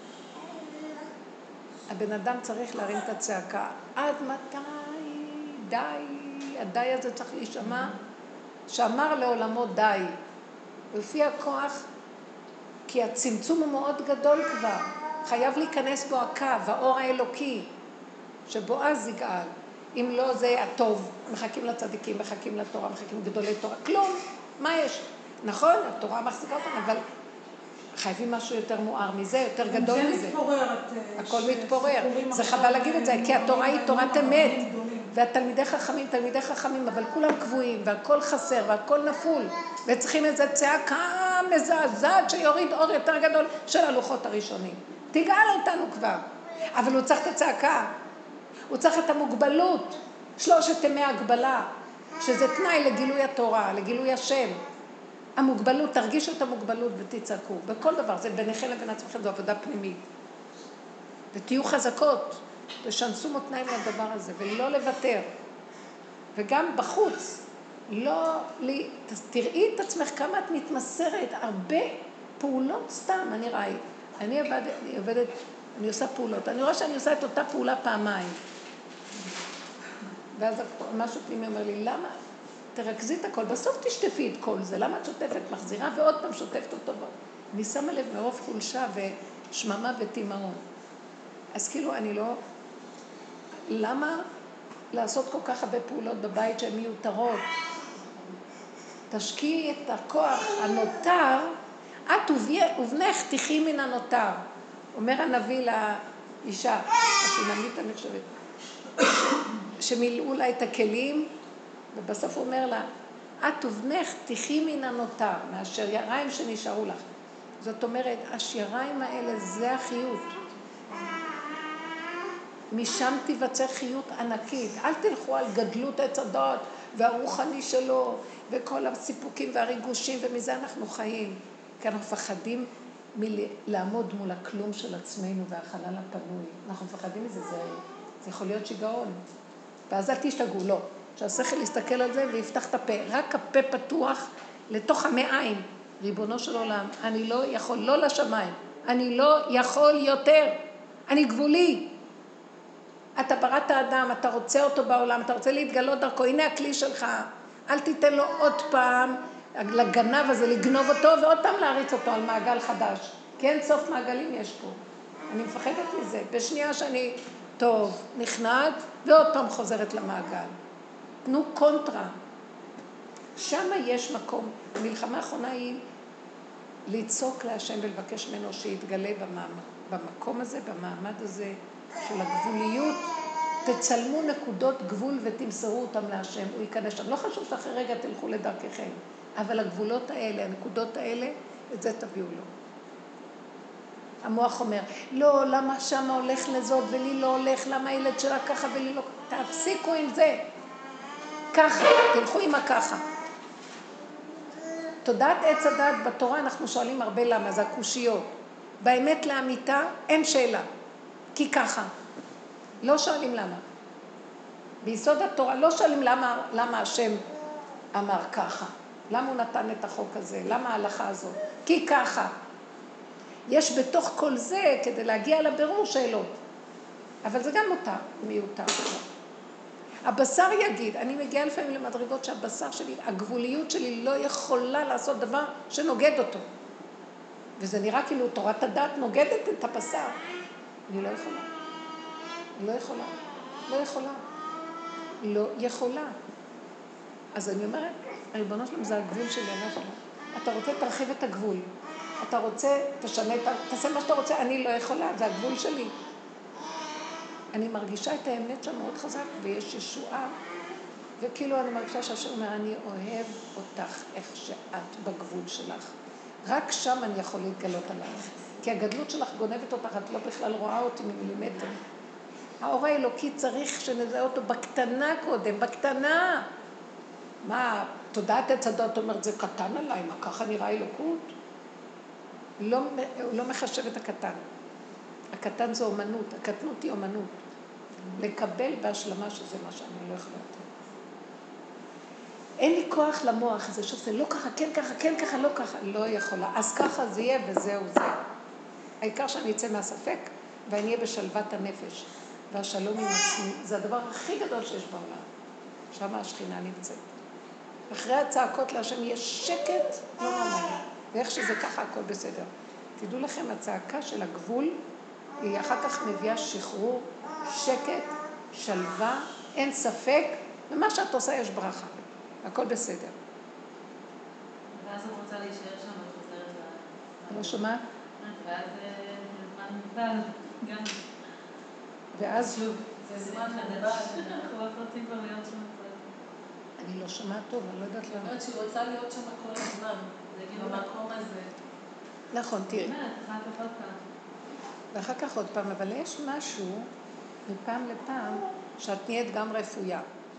הבן אדם צריך להרים את הצעקה, עד מתי? די, הדי הזה צריך להישמע, שאמר לעולמו די. לפי הכוח, כי הצמצום הוא מאוד גדול כבר, חייב להיכנס בו הקו, האור האלוקי, שבועז יגאל. אם לא זה הטוב, מחכים לצדיקים, מחכים לתורה, מחכים גדולי תורה, כלום, מה יש? נכון, התורה מחזיקה אותנו, אבל חייבים משהו יותר מואר מזה, יותר גדול מזה. הכל מתפורר. זה חבל להגיד את זה, כי התורה היא תורת אמת, והתלמידי חכמים, תלמידי חכמים, אבל כולם קבועים, והכל חסר, והכל נפול, וצריכים איזו צעקה מזעזעת שיוריד אור יותר גדול של הלוחות הראשונים. תגאל אותנו כבר, אבל הוא צריך את הצעקה, הוא צריך את המוגבלות, שלושת ימי הגבלה, שזה תנאי לגילוי התורה, לגילוי השם. המוגבלות, תרגישו את המוגבלות ותצעקו. בכל דבר, זה ביניכם לבין עצמכם, זו עבודה פנימית. ותהיו חזקות, ושנסו מותניים לדבר הזה, ולא לוותר. וגם בחוץ, לא, לי, תראי את עצמך כמה את מתמסרת, הרבה פעולות סתם, אני ראי. אני עבדת, אני עובדת, אני עושה פעולות. אני רואה שאני עושה את אותה פעולה פעמיים. ואז משהו פנימי אומר לי, למה? תרכזי את הכל, בסוף תשטפי את כל זה, למה את שוטפת, מחזירה ועוד פעם שוטפת אותו. אני שמה לב מרוב חולשה ושממה ותימהון. אז כאילו אני לא, למה לעשות כל כך הרבה פעולות בבית שהן מיותרות? תשקיעי את הכוח הנותר, את ובנך תחי מן הנותר. אומר הנביא לאישה, השונמית אני חושבת, שמילאו לה את הכלים, ובסוף הוא אומר לה, את ובנך תחי מן הנותר, מהשייריים שנשארו לך. זאת אומרת, השייריים האלה זה החיות. משם תיווצר חיות ענקית. אל תלכו על גדלות עץ הדעת והרוחני שלו, וכל הסיפוקים והריגושים, ומזה אנחנו חיים. כי אנחנו מפחדים מלעמוד מול הכלום של עצמנו והחלל הפנוי. אנחנו מפחדים מזה, זה, זה יכול להיות שיגעון. ואז אל תשתגעו, לא. שהשכל יסתכל על זה ויפתח את הפה. רק הפה פתוח לתוך המעיים. ריבונו של עולם, אני לא יכול, לא לשמיים. אני לא יכול יותר. אני גבולי. אתה בראת האדם, אתה רוצה אותו בעולם, אתה רוצה להתגלות דרכו. הנה הכלי שלך. אל תיתן לו עוד פעם לגנב הזה, לגנוב אותו, ועוד פעם להריץ אותו על מעגל חדש. כי אין סוף מעגלים יש פה. אני מפחדת מזה. בשנייה שאני, טוב, נכנעת, ועוד פעם חוזרת למעגל. תנו קונטרה. שם יש מקום. המלחמה האחרונה היא לצעוק להשם ולבקש ממנו שיתגלה במקום הזה, במעמד הזה של הגבוליות. תצלמו נקודות גבול ותמסרו אותם להשם, הוא ייכנס שם. לא חשוב שאחרי רגע תלכו לדרככם, אבל הגבולות האלה, הנקודות האלה, את זה תביאו לו. המוח אומר, לא, למה שם הולך לזאת ולי לא הולך, למה הילד שלה ככה ולי לא ככה, תפסיקו עם זה. ככה, תלכו עם הככה. תודעת עץ הדעת בתורה אנחנו שואלים הרבה למה, זה הקושיות. באמת לאמיתה אין שאלה, כי ככה. לא שואלים למה. ביסוד התורה לא שואלים למה, למה השם אמר ככה. למה הוא נתן את החוק הזה? למה ההלכה הזאת? כי ככה. יש בתוך כל זה כדי להגיע לבירור שאלות. אבל זה גם מותר, מיותר. הבשר יגיד, אני מגיעה לפעמים למדרגות שהבשר שלי, הגבוליות שלי לא יכולה לעשות דבר שנוגד אותו. וזה נראה כאילו תורת הדת נוגדת את הבשר. אני לא יכולה. לא יכולה. לא יכולה. לא יכולה. אז אני אומרת, הריבונו שלנו זה הגבול שלי, אני לא יכולה. אתה רוצה, תרחיב את הגבול. אתה רוצה, תשנה, תעשה מה שאתה רוצה, אני לא יכולה, זה הגבול שלי. אני מרגישה את האמת שם מאוד חזק, ויש ישועה, וכאילו אני מרגישה שהשם אומר, אני אוהב אותך איך שאת בגבול שלך. רק שם אני יכול להתגלות עלייך. כי הגדלות שלך גונבת אותך, את לא בכלל רואה אותי ממילימטר. האור האלוקי צריך שנזהה אותו בקטנה קודם, בקטנה. מה, תודעת עץ הדת אומרת, זה קטן עליי, מה ככה נראה אלוקות? לא, הוא לא מחשב את הקטן. הקטן זה אומנות, הקטנות היא אומנות. לקבל בהשלמה שזה מה שאני לא יכולה לתת. אין לי כוח למוח הזה, שזה לא ככה, כן ככה, כן ככה, לא ככה, לא יכולה. אז ככה זה יהיה וזהו זה. העיקר שאני אצא מהספק ואני אהיה בשלוות הנפש. והשלום עם עצמי, זה הדבר הכי גדול שיש בעולם. שם השכינה נמצאת. אחרי הצעקות להשם יש שקט לא נורמלי. ואיך שזה ככה הכל בסדר. תדעו לכם, הצעקה של הגבול היא אחר כך מביאה שחרור, שקט, שלווה, אין ספק, ומה שאת עושה יש ברכה. הכל בסדר. ואז את רוצה להישאר שם, את חוזרת ל... אני לא שומעת? ואז זמן מוגבל, גם... ואז... שוב, זה זמן מוגבל, אנחנו לא רוצים כבר להיות שם כל... אני לא שומעת טוב, אני לא יודעת למה. זאת אומרת שהיא רוצה להיות שם כל הזמן, זה כאילו המקום הזה. נכון, תראי. באמת, אחר כך עוד פעם. ואחר כך עוד פעם, אבל יש משהו מפעם לפעם שאת נהיית גם רפויה.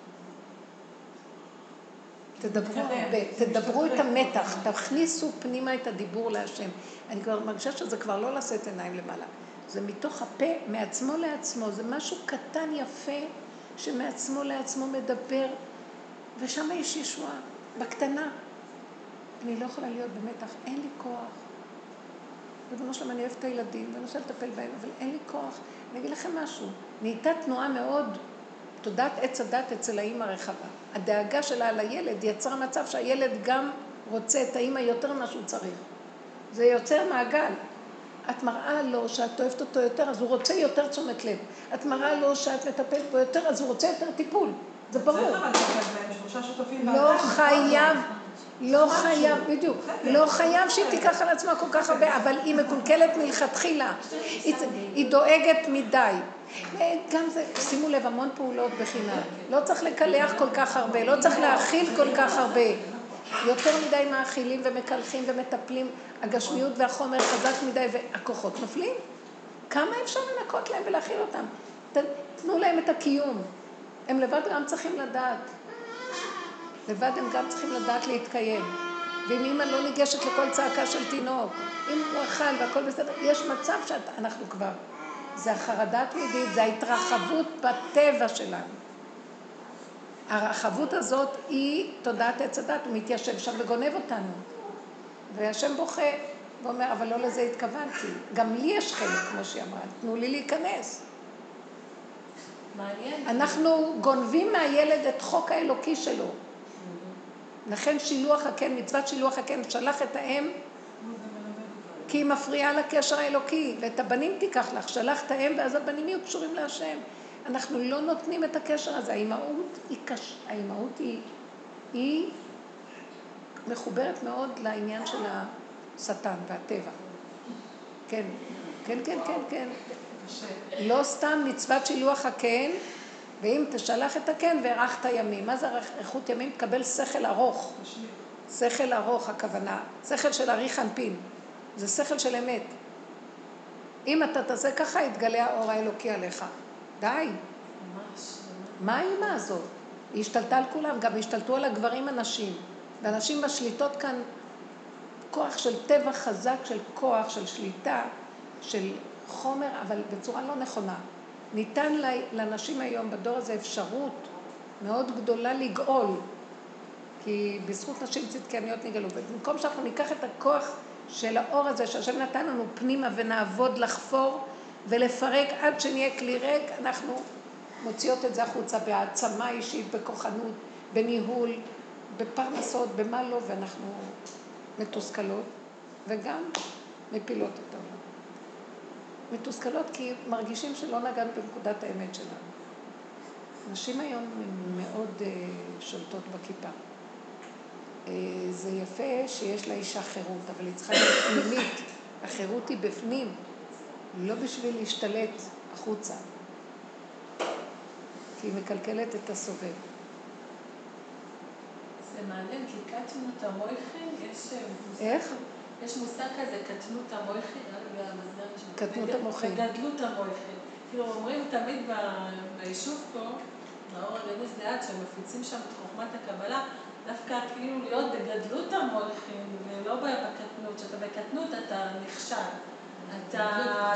תדברו הרבה, תדברו את המתח, תכניסו פנימה את הדיבור להשם. אני כבר מרגישה שזה כבר לא לשאת עיניים למעלה. זה מתוך הפה, מעצמו לעצמו, זה משהו קטן יפה שמעצמו לעצמו מדבר, ושם יש ישועה, בקטנה. אני לא יכולה להיות במתח, אין לי כוח. ריבונו שלום, אני אוהבת את הילדים, ואני רוצה לטפל בהם, אבל אין לי כוח. אני אגיד לכם משהו, נהייתה תנועה מאוד, תודעת עץ הדת אצל האמא הרחבה. הדאגה שלה על הילד יצרה מצב שהילד גם רוצה את האמא יותר ממה שהוא צריך. זה יוצר מעגל. את מראה לו שאת אוהבת אותו יותר, אז הוא רוצה יותר תשומת לב. את מראה לו שאת מטפלת בו יותר, אז הוא רוצה יותר טיפול. זה ברור. לא חייב, לא חייב, בדיוק. לא חייב שהיא תיקח על עצמה כל כך הרבה, אבל היא מקולקלת מלכתחילה. היא דואגת מדי. גם זה, שימו לב, המון פעולות בחינם. לא צריך לקלח כל כך הרבה, לא צריך להאכיל כל כך הרבה. יותר מדי מאכילים ומקלחים ומטפלים, הגשמיות והחומר חזק מדי והכוחות נופלים. כמה אפשר לנקות להם ולהכיל אותם? תנו להם את הקיום. הם לבד גם צריכים לדעת. לבד הם גם צריכים לדעת להתקיים. ואם אמא לא ניגשת לכל צעקה של תינוק, אם הוא אכל והכל בסדר, יש מצב שאנחנו כבר, זה החרדה התמידית, זה ההתרחבות בטבע שלנו. הרחבות הזאת היא תודעת עץ הדת, הוא מתיישב שם וגונב אותנו. והשם בוכה ואומר, אבל לא לזה התכוונתי. גם לי יש חלק, כמו שהיא אמרה, תנו לי להיכנס. מעניין. אנחנו גונבים מהילד את חוק האלוקי שלו. לכן שילוח הקן, מצוות שילוח הקן, שלח את האם, כי היא מפריעה לקשר האלוקי, ואת הבנים תיקח לך, שלח את האם, ואז הבנים יהיו קשורים להשם. אנחנו לא נותנים את הקשר הזה, האימהות היא, קש... האימהות היא... היא מחוברת מאוד לעניין של השטן והטבע. כן, כן, כן, כן, כן. לא סתם מצוות שילוח הקן, ואם תשלח את הקן וערכת ימים. מה זה איכות ימים? תקבל שכל ארוך. שכל ארוך הכוונה. שכל של אריך אנפין. זה שכל של אמת. אם אתה תעשה ככה, יתגלה האור האלוקי עליך. די. ממש. מה האימא הזאת? היא השתלטה על כולם, גם השתלטו על הגברים הנשים. ואנשים בשליטות כאן כוח של טבע חזק, של כוח, של שליטה, של חומר, אבל בצורה לא נכונה. ניתן לנשים היום בדור הזה אפשרות מאוד גדולה לגאול, כי בזכות נשים צדקניות נגאלו. ובמקום שאנחנו ניקח את הכוח של האור הזה, שהשם נתן לנו פנימה ונעבוד לחפור ולפרק עד שנהיה כלי ריק, אנחנו מוציאות את זה החוצה בהעצמה אישית, בכוחנות, בניהול, בפרנסות, במה לא, ואנחנו מתוסכלות, וגם מפילות את העולם. מתוסכלות כי מרגישים שלא נגענו בנקודת האמת שלנו. נשים היום מאוד uh, שולטות בכיפה. Uh, זה יפה שיש לאישה חירות, אבל היא צריכה להיות פנימית. החירות היא בפנים, לא בשביל להשתלט החוצה. כי היא מקלקלת את הסובב. זה מעניין, כי קטנות המויכין, יש... איך? יש מושג כזה, קטנות המויכין, קטנות המוחין. וגדלות המויכין. כאילו אומרים תמיד ביישוב פה, באור הגנוז ליד, שהם מפיצים שם את חוכמת הקבלה, דווקא כאילו להיות בגדלות המויכין, ולא בקטנות, שאתה בקטנות אתה נכשל. אתה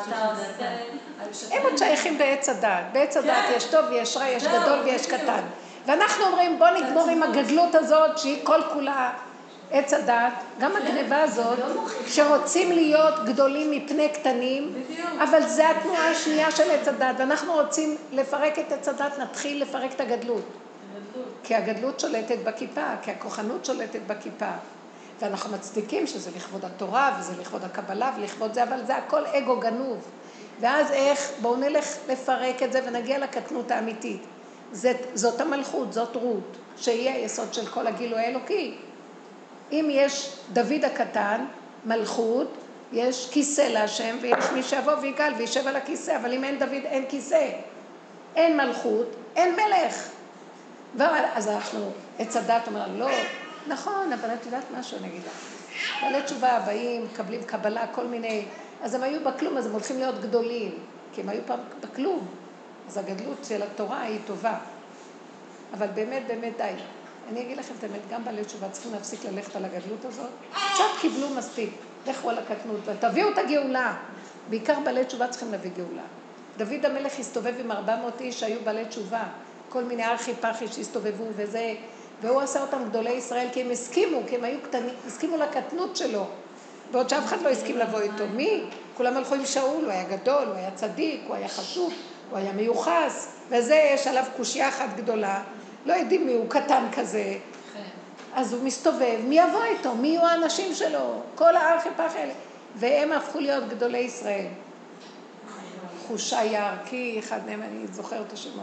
עושה... הם עוד שייכים בעץ הדעת. בעץ הדעת יש טוב ויש רע, יש גדול ויש קטן. ואנחנו אומרים, בוא נגמור עם הגדלות הזאת, שהיא כל כולה עץ הדעת, גם הגניבה הזאת, שרוצים להיות גדולים מפני קטנים, אבל זה התנועה השנייה של עץ הדעת, ואנחנו רוצים לפרק את עץ הדעת, נתחיל לפרק את הגדלות. כי הגדלות שולטת בכיפה, כי הכוחנות שולטת בכיפה. ואנחנו מצדיקים שזה לכבוד התורה, וזה לכבוד הקבלה, ולכבוד זה, אבל זה הכל אגו גנוב. ואז איך? בואו נלך לפרק את זה ונגיע לקטנות האמיתית. זאת, זאת המלכות, זאת רות, שהיא היסוד של כל הגילוי האלוקי. אם יש דוד הקטן, מלכות, יש כיסא להשם, ויש מי שיבוא ויגל וישב על הכיסא, אבל אם אין דוד, אין כיסא. אין מלכות, אין מלך. ואז אנחנו, עץ הדת אומר, לא, נכון, אבל את יודעת משהו, אני אגיד לך. בעלי תשובה באים, מקבלים קבלה, כל מיני, אז הם היו בכלום, אז הם הולכים להיות גדולים, כי הם היו פעם בכלום. אז הגדלות של התורה היא טובה. אבל באמת, באמת די. אני אגיד לכם את האמת, גם בעלי תשובה צריכים להפסיק ללכת על הגדלות הזאת. קצת קיבלו מספיק, לכו על הקטנות, ותביאו את הגאולה. בעיקר בעלי תשובה צריכים להביא גאולה. דוד המלך הסתובב עם ארבע מאות איש שהיו בעלי תשובה. כל מיני ארכי פחי שהסתובבו וזה, והוא עשה אותם גדולי ישראל, כי הם הסכימו, כי הם היו קטנים, הסכימו לקטנות שלו. בעוד שאף אחד לא הסכים לבוא איתו. מי? כולם הלכו עם שאול, הוא היה גדול, הוא היה צדיק, הוא היה חשוב, הוא היה מיוחס, וזה יש עליו קושיה אחת גדולה. לא יודעים מי הוא, קטן כזה. אז הוא מסתובב, מי יבוא איתו? מי יהיו האנשים שלו? כל הארכי פחי האלה. והם הפכו להיות גדולי ישראל. חושה יערכי, אחד מהם, אני זוכרת את השמות.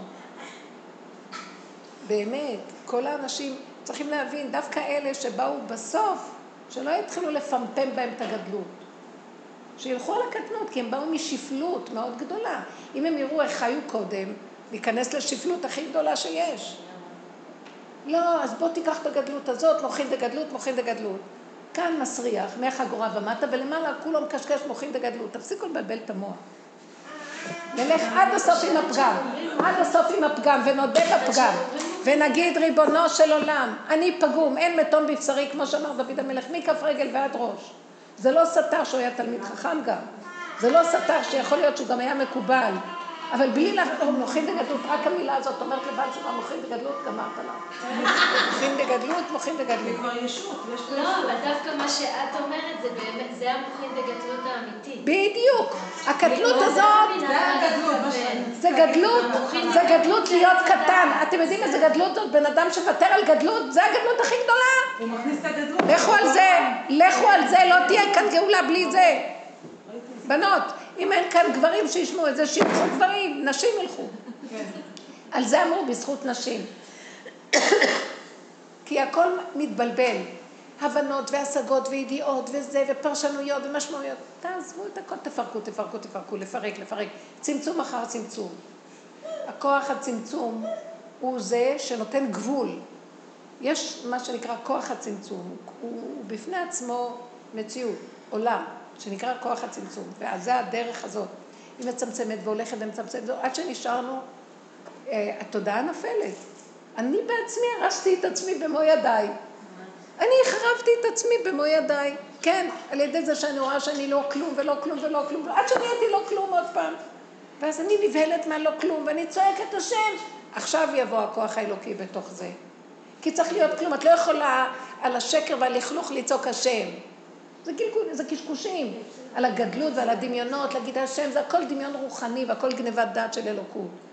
באמת, כל האנשים צריכים להבין, דווקא אלה שבאו בסוף, שלא יתחילו לפמפם בהם את הגדלות. שילכו על הקטנות, כי הם באו משפלות מאוד גדולה. אם הם יראו איך חיו קודם, להיכנס לשפלות הכי גדולה שיש. לא, אז בוא תיקח את הגדלות הזאת, מוכין דגדלות, מוכין דגדלות. כאן מסריח, מהחגורה ומטה, ולמעלה כולו מקשקש מוכין דגדלות. תפסיקו לבלבל את המוח. נלך עד הסוף עם הפגם, עד הסוף עם הפגם, ונודה בפגם, ונגיד ריבונו של עולם, אני פגום, אין מתום בבשרי, כמו שאמר דוד המלך, מכף רגל ועד ראש. זה לא סתר שהוא היה תלמיד חכם גם, זה לא סתר שיכול להיות שהוא גם היה מקובל, אבל בלי להגיד, מוכין דגדלות, רק המילה הזאת אומרת לבעל שמה, מוכין דגדלות, גמרת לה. מוכין דגדלות, מוכין דגדלות. זה כבר ישות, יש פה לא, ישות. אבל דווקא מה שאת אומרת, זה באמת, זה המוכין דגדלות האמיתית. בדיוק, הקטנות הזאת, זה הגדלות, מה שאני... זה גדלות, זה גדלות להיות קטן. אתם יודעים איזה גדלות זאת? בן אדם שוותר על גדלות, זה הגדלות הכי גדולה. הוא מכניס את הגדלות. לכו על זה, לכו על זה, לא תהיה כאן גאולה בלי זה. בנות, אם אין כאן גברים שישמעו את זה, שילכו גברים, נשים ילכו. על זה אמרו בזכות נשים. כי הכל מתבלבל. הבנות והשגות וידיעות וזה ופרשנויות ומשמעויות. תעזבו את הכל, תפרקו, תפרקו, תפרקו, לפרק, לפרק. צמצום אחר צמצום. הכוח הצמצום הוא זה שנותן גבול. יש מה שנקרא כוח הצמצום. הוא בפני עצמו מציאות, עולם, שנקרא כוח הצמצום. ואז זה הדרך הזאת. היא מצמצמת והולכת ומצמצמת. עד שנשארנו, התודעה נפלת. אני בעצמי הרסתי את עצמי במו ידיי. אני החרבתי את עצמי במו ידיי. כן, על ידי זה שאני רואה שאני לא כלום ולא כלום ולא כלום. עד שאני הייתי לא כלום עוד פעם. ואז אני נבהלת מה לא כלום ואני צועקת השם. עכשיו יבוא הכוח האלוקי בתוך זה. כי צריך להיות כלום. את לא יכולה על השקר ועל לכלוך לצעוק השם. זה גלגול, זה קשקושים. על הגדלות ועל הדמיונות, להגיד השם, זה הכל דמיון רוחני והכל גנבת דעת של אלוקות.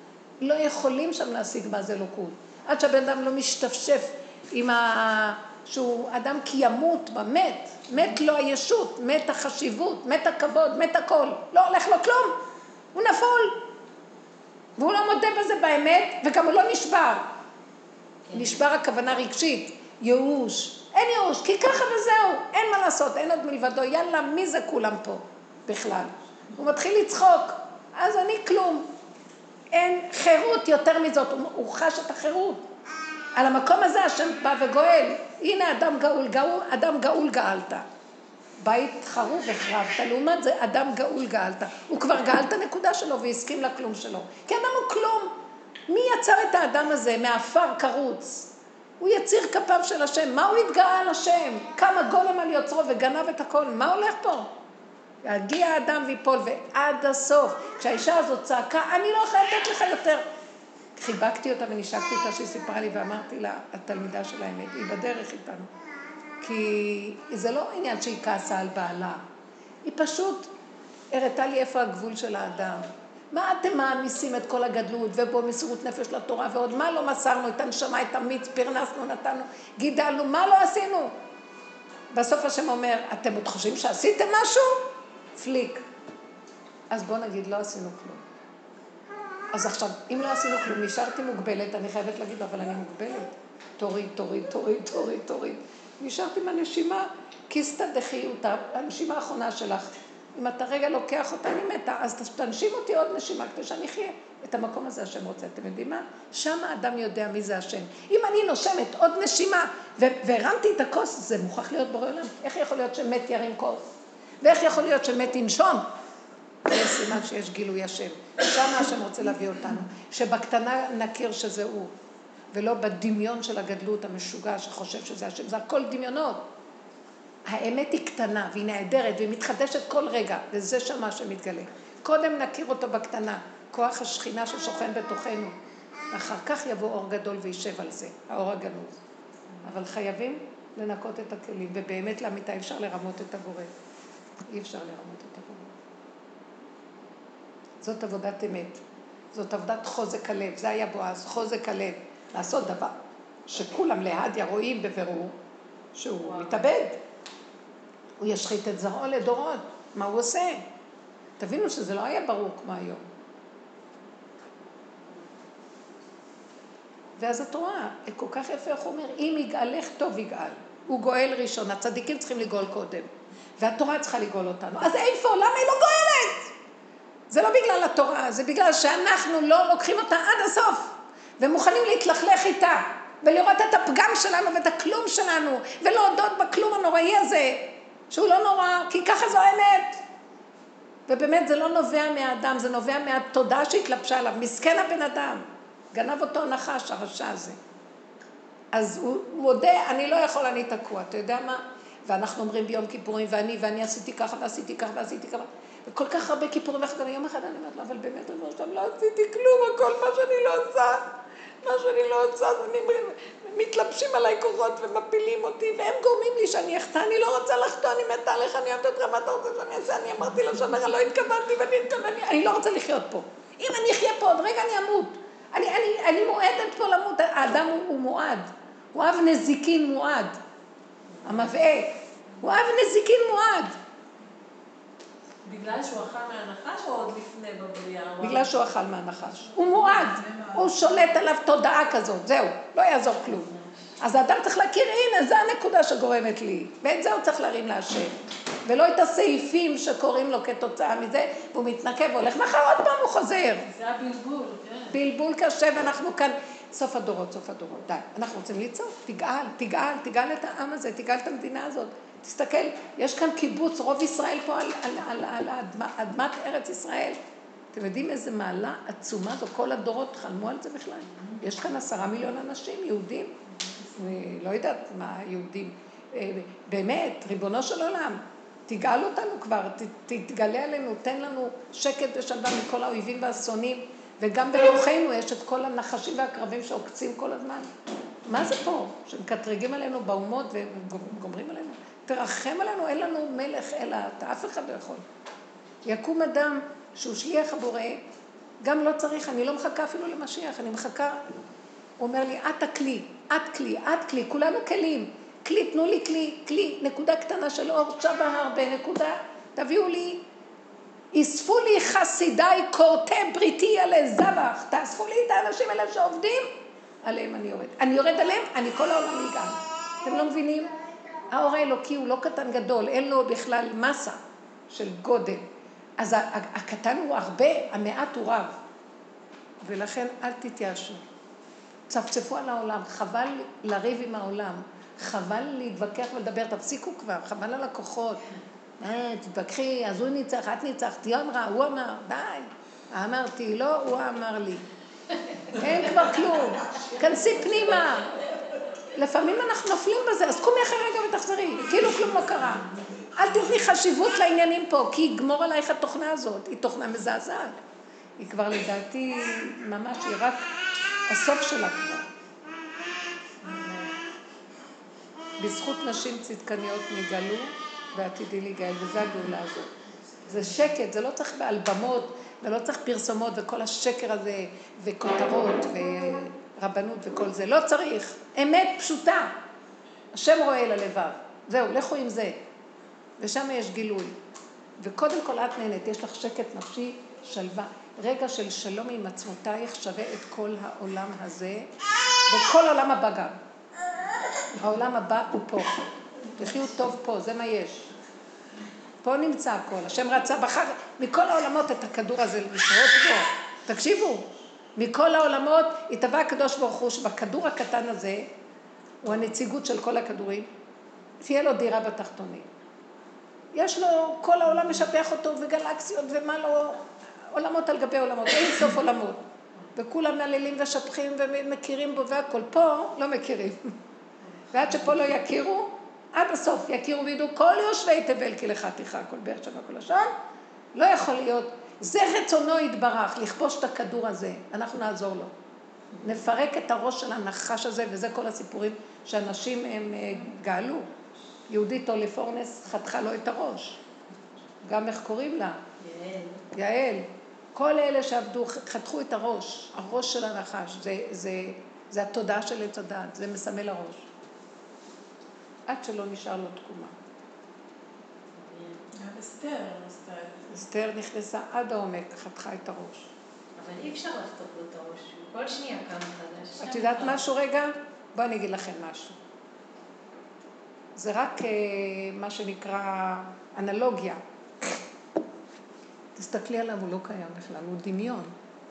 לא יכולים שם להשיג מה זה אלוקות. עד שהבן אדם לא משתפשף עם ה... שהוא אדם כי ימות במת, מת לו הישות, מת החשיבות, מת הכבוד, מת הכל, לא הולך לו כלום, הוא נפול. והוא לא מודה בזה באמת, וגם הוא לא נשבר. כן. נשבר הכוונה רגשית, ייאוש. אין ייאוש, כי ככה וזהו, אין מה לעשות, אין עוד מלבדו, יאללה, מי זה כולם פה בכלל? הוא מתחיל לצחוק, אז אני כלום. אין חירות יותר מזאת, הוא חש את החירות. על המקום הזה השם בא וגואל, הנה אדם גאול, גאול, אדם גאול גאלת. בית חרוב החרבת, לעומת זה אדם גאול גאלת. הוא כבר גאל את הנקודה שלו והסכים לכלום שלו. כי אדם הוא כלום. מי יצר את האדם הזה מאפר קרוץ? הוא יציר כפיו של השם. מה הוא התגאה על השם? כמה גולם על יוצרו וגנב את הכל. מה הולך פה? יגיע האדם ויפול ועד הסוף. כשהאישה הזאת צעקה, אני לא יכולה לתת לך יותר. חיבקתי אותה ונשקתי אותה שהיא סיפרה לי ואמרתי לה, התלמידה של האמת, היא בדרך איתנו. כי זה לא עניין שהיא כעסה על בעלה. היא פשוט הראתה לי איפה הגבול של האדם. מה אתם מעמיסים את כל הגדלות ובו מסירות נפש לתורה ועוד מה לא מסרנו, את הנשמה, את המיץ, פרנסנו, נתנו, גידלנו, מה לא עשינו? בסוף השם אומר, אתם עוד חושבים שעשיתם משהו? פליק. אז בוא נגיד, לא עשינו כלום. אז עכשיו, אם לא עשינו כלום, נשארתי מוגבלת, אני חייבת להגיד, אבל אני מוגבלת. תוריד, תוריד, תוריד, תוריד, תוריד. נשארתי מהנשימה, כיסתא דחיותא, הנשימה האחרונה שלך. אם אתה רגע לוקח אותה, אני מתה, אז תנשים אותי עוד נשימה, כדי שאני אחיה. את המקום הזה השם רוצה, אתם יודעים מה? שם האדם יודע מי זה השם. אם אני נושמת עוד נשימה, והרמתי את הכוס, זה מוכרח להיות בורא עולם. איך יכול להיות שמת ירים כוס? ואיך יכול להיות שמת ינשום? זה סימן שיש גילוי השם. שם השם רוצה להביא אותנו. שבקטנה נכיר שזה הוא. ולא בדמיון של הגדלות המשוגע שחושב שזה השם. זה הכל דמיונות. האמת היא קטנה והיא נהדרת והיא מתחדשת כל רגע. וזה שם השם מתגלה. קודם נכיר אותו בקטנה. כוח השכינה ששוכן בתוכנו. ואחר כך יבוא אור גדול וישב על זה. האור הגנוז. אבל חייבים לנקות את הכלים. ובאמת לאמיתה אפשר לרמות את הבורא. אי אפשר לרמות את הבורא. זאת עבודת אמת. זאת עבודת חוזק הלב. זה היה בועז, חוזק הלב. לעשות דבר שכולם להדיה רואים בבירור שהוא מתאבד. הוא ישחית את זרעו לדורות. מה הוא עושה? תבינו שזה לא היה ברור כמו היום. ואז את רואה, כל כך יפה איך הוא אומר, אם יגאלך טוב יגאל. הוא גואל ראשון, הצדיקים צריכים לגאול קודם. והתורה צריכה לגאול אותנו. אז איפה? למה היא לא גואלת? זה לא בגלל התורה, זה בגלל שאנחנו לא לוקחים אותה עד הסוף. ומוכנים להתלכלך איתה, ולראות את הפגם שלנו ואת הכלום שלנו, ולהודות בכלום הנוראי הזה, שהוא לא נורא, כי ככה זו האמת. ובאמת זה לא נובע מהאדם, זה נובע מהתודעה שהתלבשה עליו, מסכן הבן אדם, גנב אותו נחש, הרשע הזה. אז הוא מודה, אני לא יכול, אני תקוע, אתה יודע מה? ואנחנו אומרים ביום כיפורים, ואני, ואני עשיתי ככה, ועשיתי ככה, ועשיתי ככה, וכל כך הרבה כיפורים, ואחר יום אחד אני אומרת לו, אבל באמת אני אומרת, לא עשיתי כלום, הכל מה שאני לא עושה, מה שאני לא עושה, אז אני מתלבשים עליי כוחות ומפילים אותי, והם גורמים לי שאני אחטא, אני לא רוצה לחטוא, אני מתה עליך, אני אוהבת אותך, מה אתה רוצה שאני אעשה? אני אמרתי לו שאומר, לא התכוונתי ואני התכוונתי, אני לא רוצה לחיות פה. אם אני אחיה פה, עוד רגע אני אמות. אני, אני, אני מועדת פה למות, האדם הוא, הוא מועד, הוא אב נזיקין מועד, המבעה, הוא אב נזיקין מועד. בגלל שהוא אכל מהנחש או עוד לפני בבריאה? בגלל שהוא אכל מהנחש. הוא מועד, הוא שולט עליו תודעה כזאת, זהו, לא יעזור כלום. אז האדם צריך להכיר, הנה, זו הנקודה שגורמת לי, ואת זה הוא צריך להרים להשם. ולא את הסעיפים שקוראים לו כתוצאה מזה, והוא מתנקב והולך, מחר עוד פעם הוא חוזר. זה הבלבול, כן. בלבול קשה, ואנחנו כאן, סוף הדורות, סוף הדורות, די. אנחנו רוצים ליצור, תגאל, תגאל, תגאל את העם הזה, תגאל את המדינה הזאת. תסתכל, יש כאן קיבוץ, רוב ישראל פה על, על, על, על אדמת, אדמת ארץ ישראל. אתם יודעים איזה מעלה עצומה זו, כל הדורות חלמו על זה בכלל. יש כאן עשרה מיליון אנשים, יהודים, לא יודעת מה יהודים. באמת, ריבונו של עולם, תגאל אותנו כבר, ת, תתגלה עלינו, תן לנו שקט ושלווה מכל האויבים והשונאים, וגם בתוכנו יש את כל הנחשים והקרבים שעוקצים כל הזמן. מה זה פה? שמקטרגים עלינו באומות וגומרים עלינו? תרחם עלינו, אין לנו מלך אלא אתה, אף אחד לא יכול. יקום אדם שהוא שליח הבורא, גם לא צריך, אני לא מחכה אפילו למשיח, אני מחכה, הוא אומר לי, את הכלי, את כלי, את כלי, כולנו כלים, כלי, תנו לי כלי, כלי, נקודה קטנה של אור, שווה הרבה, נקודה, תביאו לי, אספו לי חסידיי קורטי בריתי עלי זבח, תאספו לי את האנשים האלה שעובדים, עליהם אני יורד. אני יורד עליהם, אני כל העולם ניגן. אתם לא מבינים? האור האלוקי הוא לא קטן גדול, אין לו בכלל מסה של גודל. אז הקטן הוא הרבה, המעט הוא רב. ולכן אל תתייאשו. צפצפו על העולם, חבל לריב עם העולם, חבל להתווכח ולדבר, תפסיקו כבר, חבל על הכוחות. אה, תתווכחי, אז הוא ניצח, את ניצחת, היא אמרה, הוא אמר, די. אמרתי, לא, הוא אמר לי. אין כבר כלום, כנסי פנימה. לפעמים אנחנו נופלים בזה, אז קומי אחרי רגע ותחזרי, כאילו כלום לא קרה. אל תתני חשיבות לעניינים פה, כי יגמור עלייך התוכנה הזאת, היא תוכנה מזעזעת. היא כבר לדעתי, ממש, היא רק הסוף שלה כבר. בזכות נשים צדקניות נגלו, ועתידי להיגאל, וזה הגאולה הזאת. זה שקט, זה לא צריך באלבמות, ולא צריך פרסומות, וכל השקר הזה, וכותרות, ורבנות וכל זה. לא צריך. אמת פשוטה. השם רואה אל הלבב. זהו, לכו עם זה. ושם יש גילוי. וקודם כל את נהנית, יש לך שקט נפשי, שלווה. רגע של שלום עם עצמותייך שווה את כל העולם הזה, וכל העולם הבא גם. העולם הבא הוא פה. תחיו טוב פה, זה מה יש. פה נמצא הכל. השם רצה בחר מכל העולמות את הכדור הזה לשרות פה. תקשיבו, מכל העולמות התהווה הקדוש ברוך הוא שבכדור הקטן הזה, הוא הנציגות של כל הכדורים, תהיה לו דירה בתחתונים. יש לו, כל העולם משפח אותו וגלקסיות ומה לא, עולמות על גבי עולמות, אין סוף עולמות. וכולם נעללים ושפכים ומכירים בו והכל. פה לא מכירים. ועד שפה לא יכירו, עד הסוף יכירו וידעו כל יושבי תבל כי לך תיכה, כל באר שווה כל השם, לא יכול להיות. זה רצונו יתברך, לכבוש את הכדור הזה, אנחנו נעזור לו. נפרק את הראש של הנחש הזה, וזה כל הסיפורים שאנשים הם גאלו. יהודית אוליפורנס חתכה לו את הראש. גם איך קוראים לה? יעל. יעל. כל אלה שעבדו, חתכו את הראש, הראש של הנחש, זה, זה, זה התודעה של עץ הדעת, זה מסמל הראש. עד שלא נשאר לו תקומה. גם אסתר, אסתר. אסתר נכנסה עד העומק, חתכה את הראש. אבל אי אפשר לחתוך לו את הראש, כל שנייה קם מחדש. את יודעת משהו רגע? בואו אני אגיד לכם משהו. זה רק מה שנקרא אנלוגיה. תסתכלי עליו, הוא לא קיים בכלל, הוא דמיון.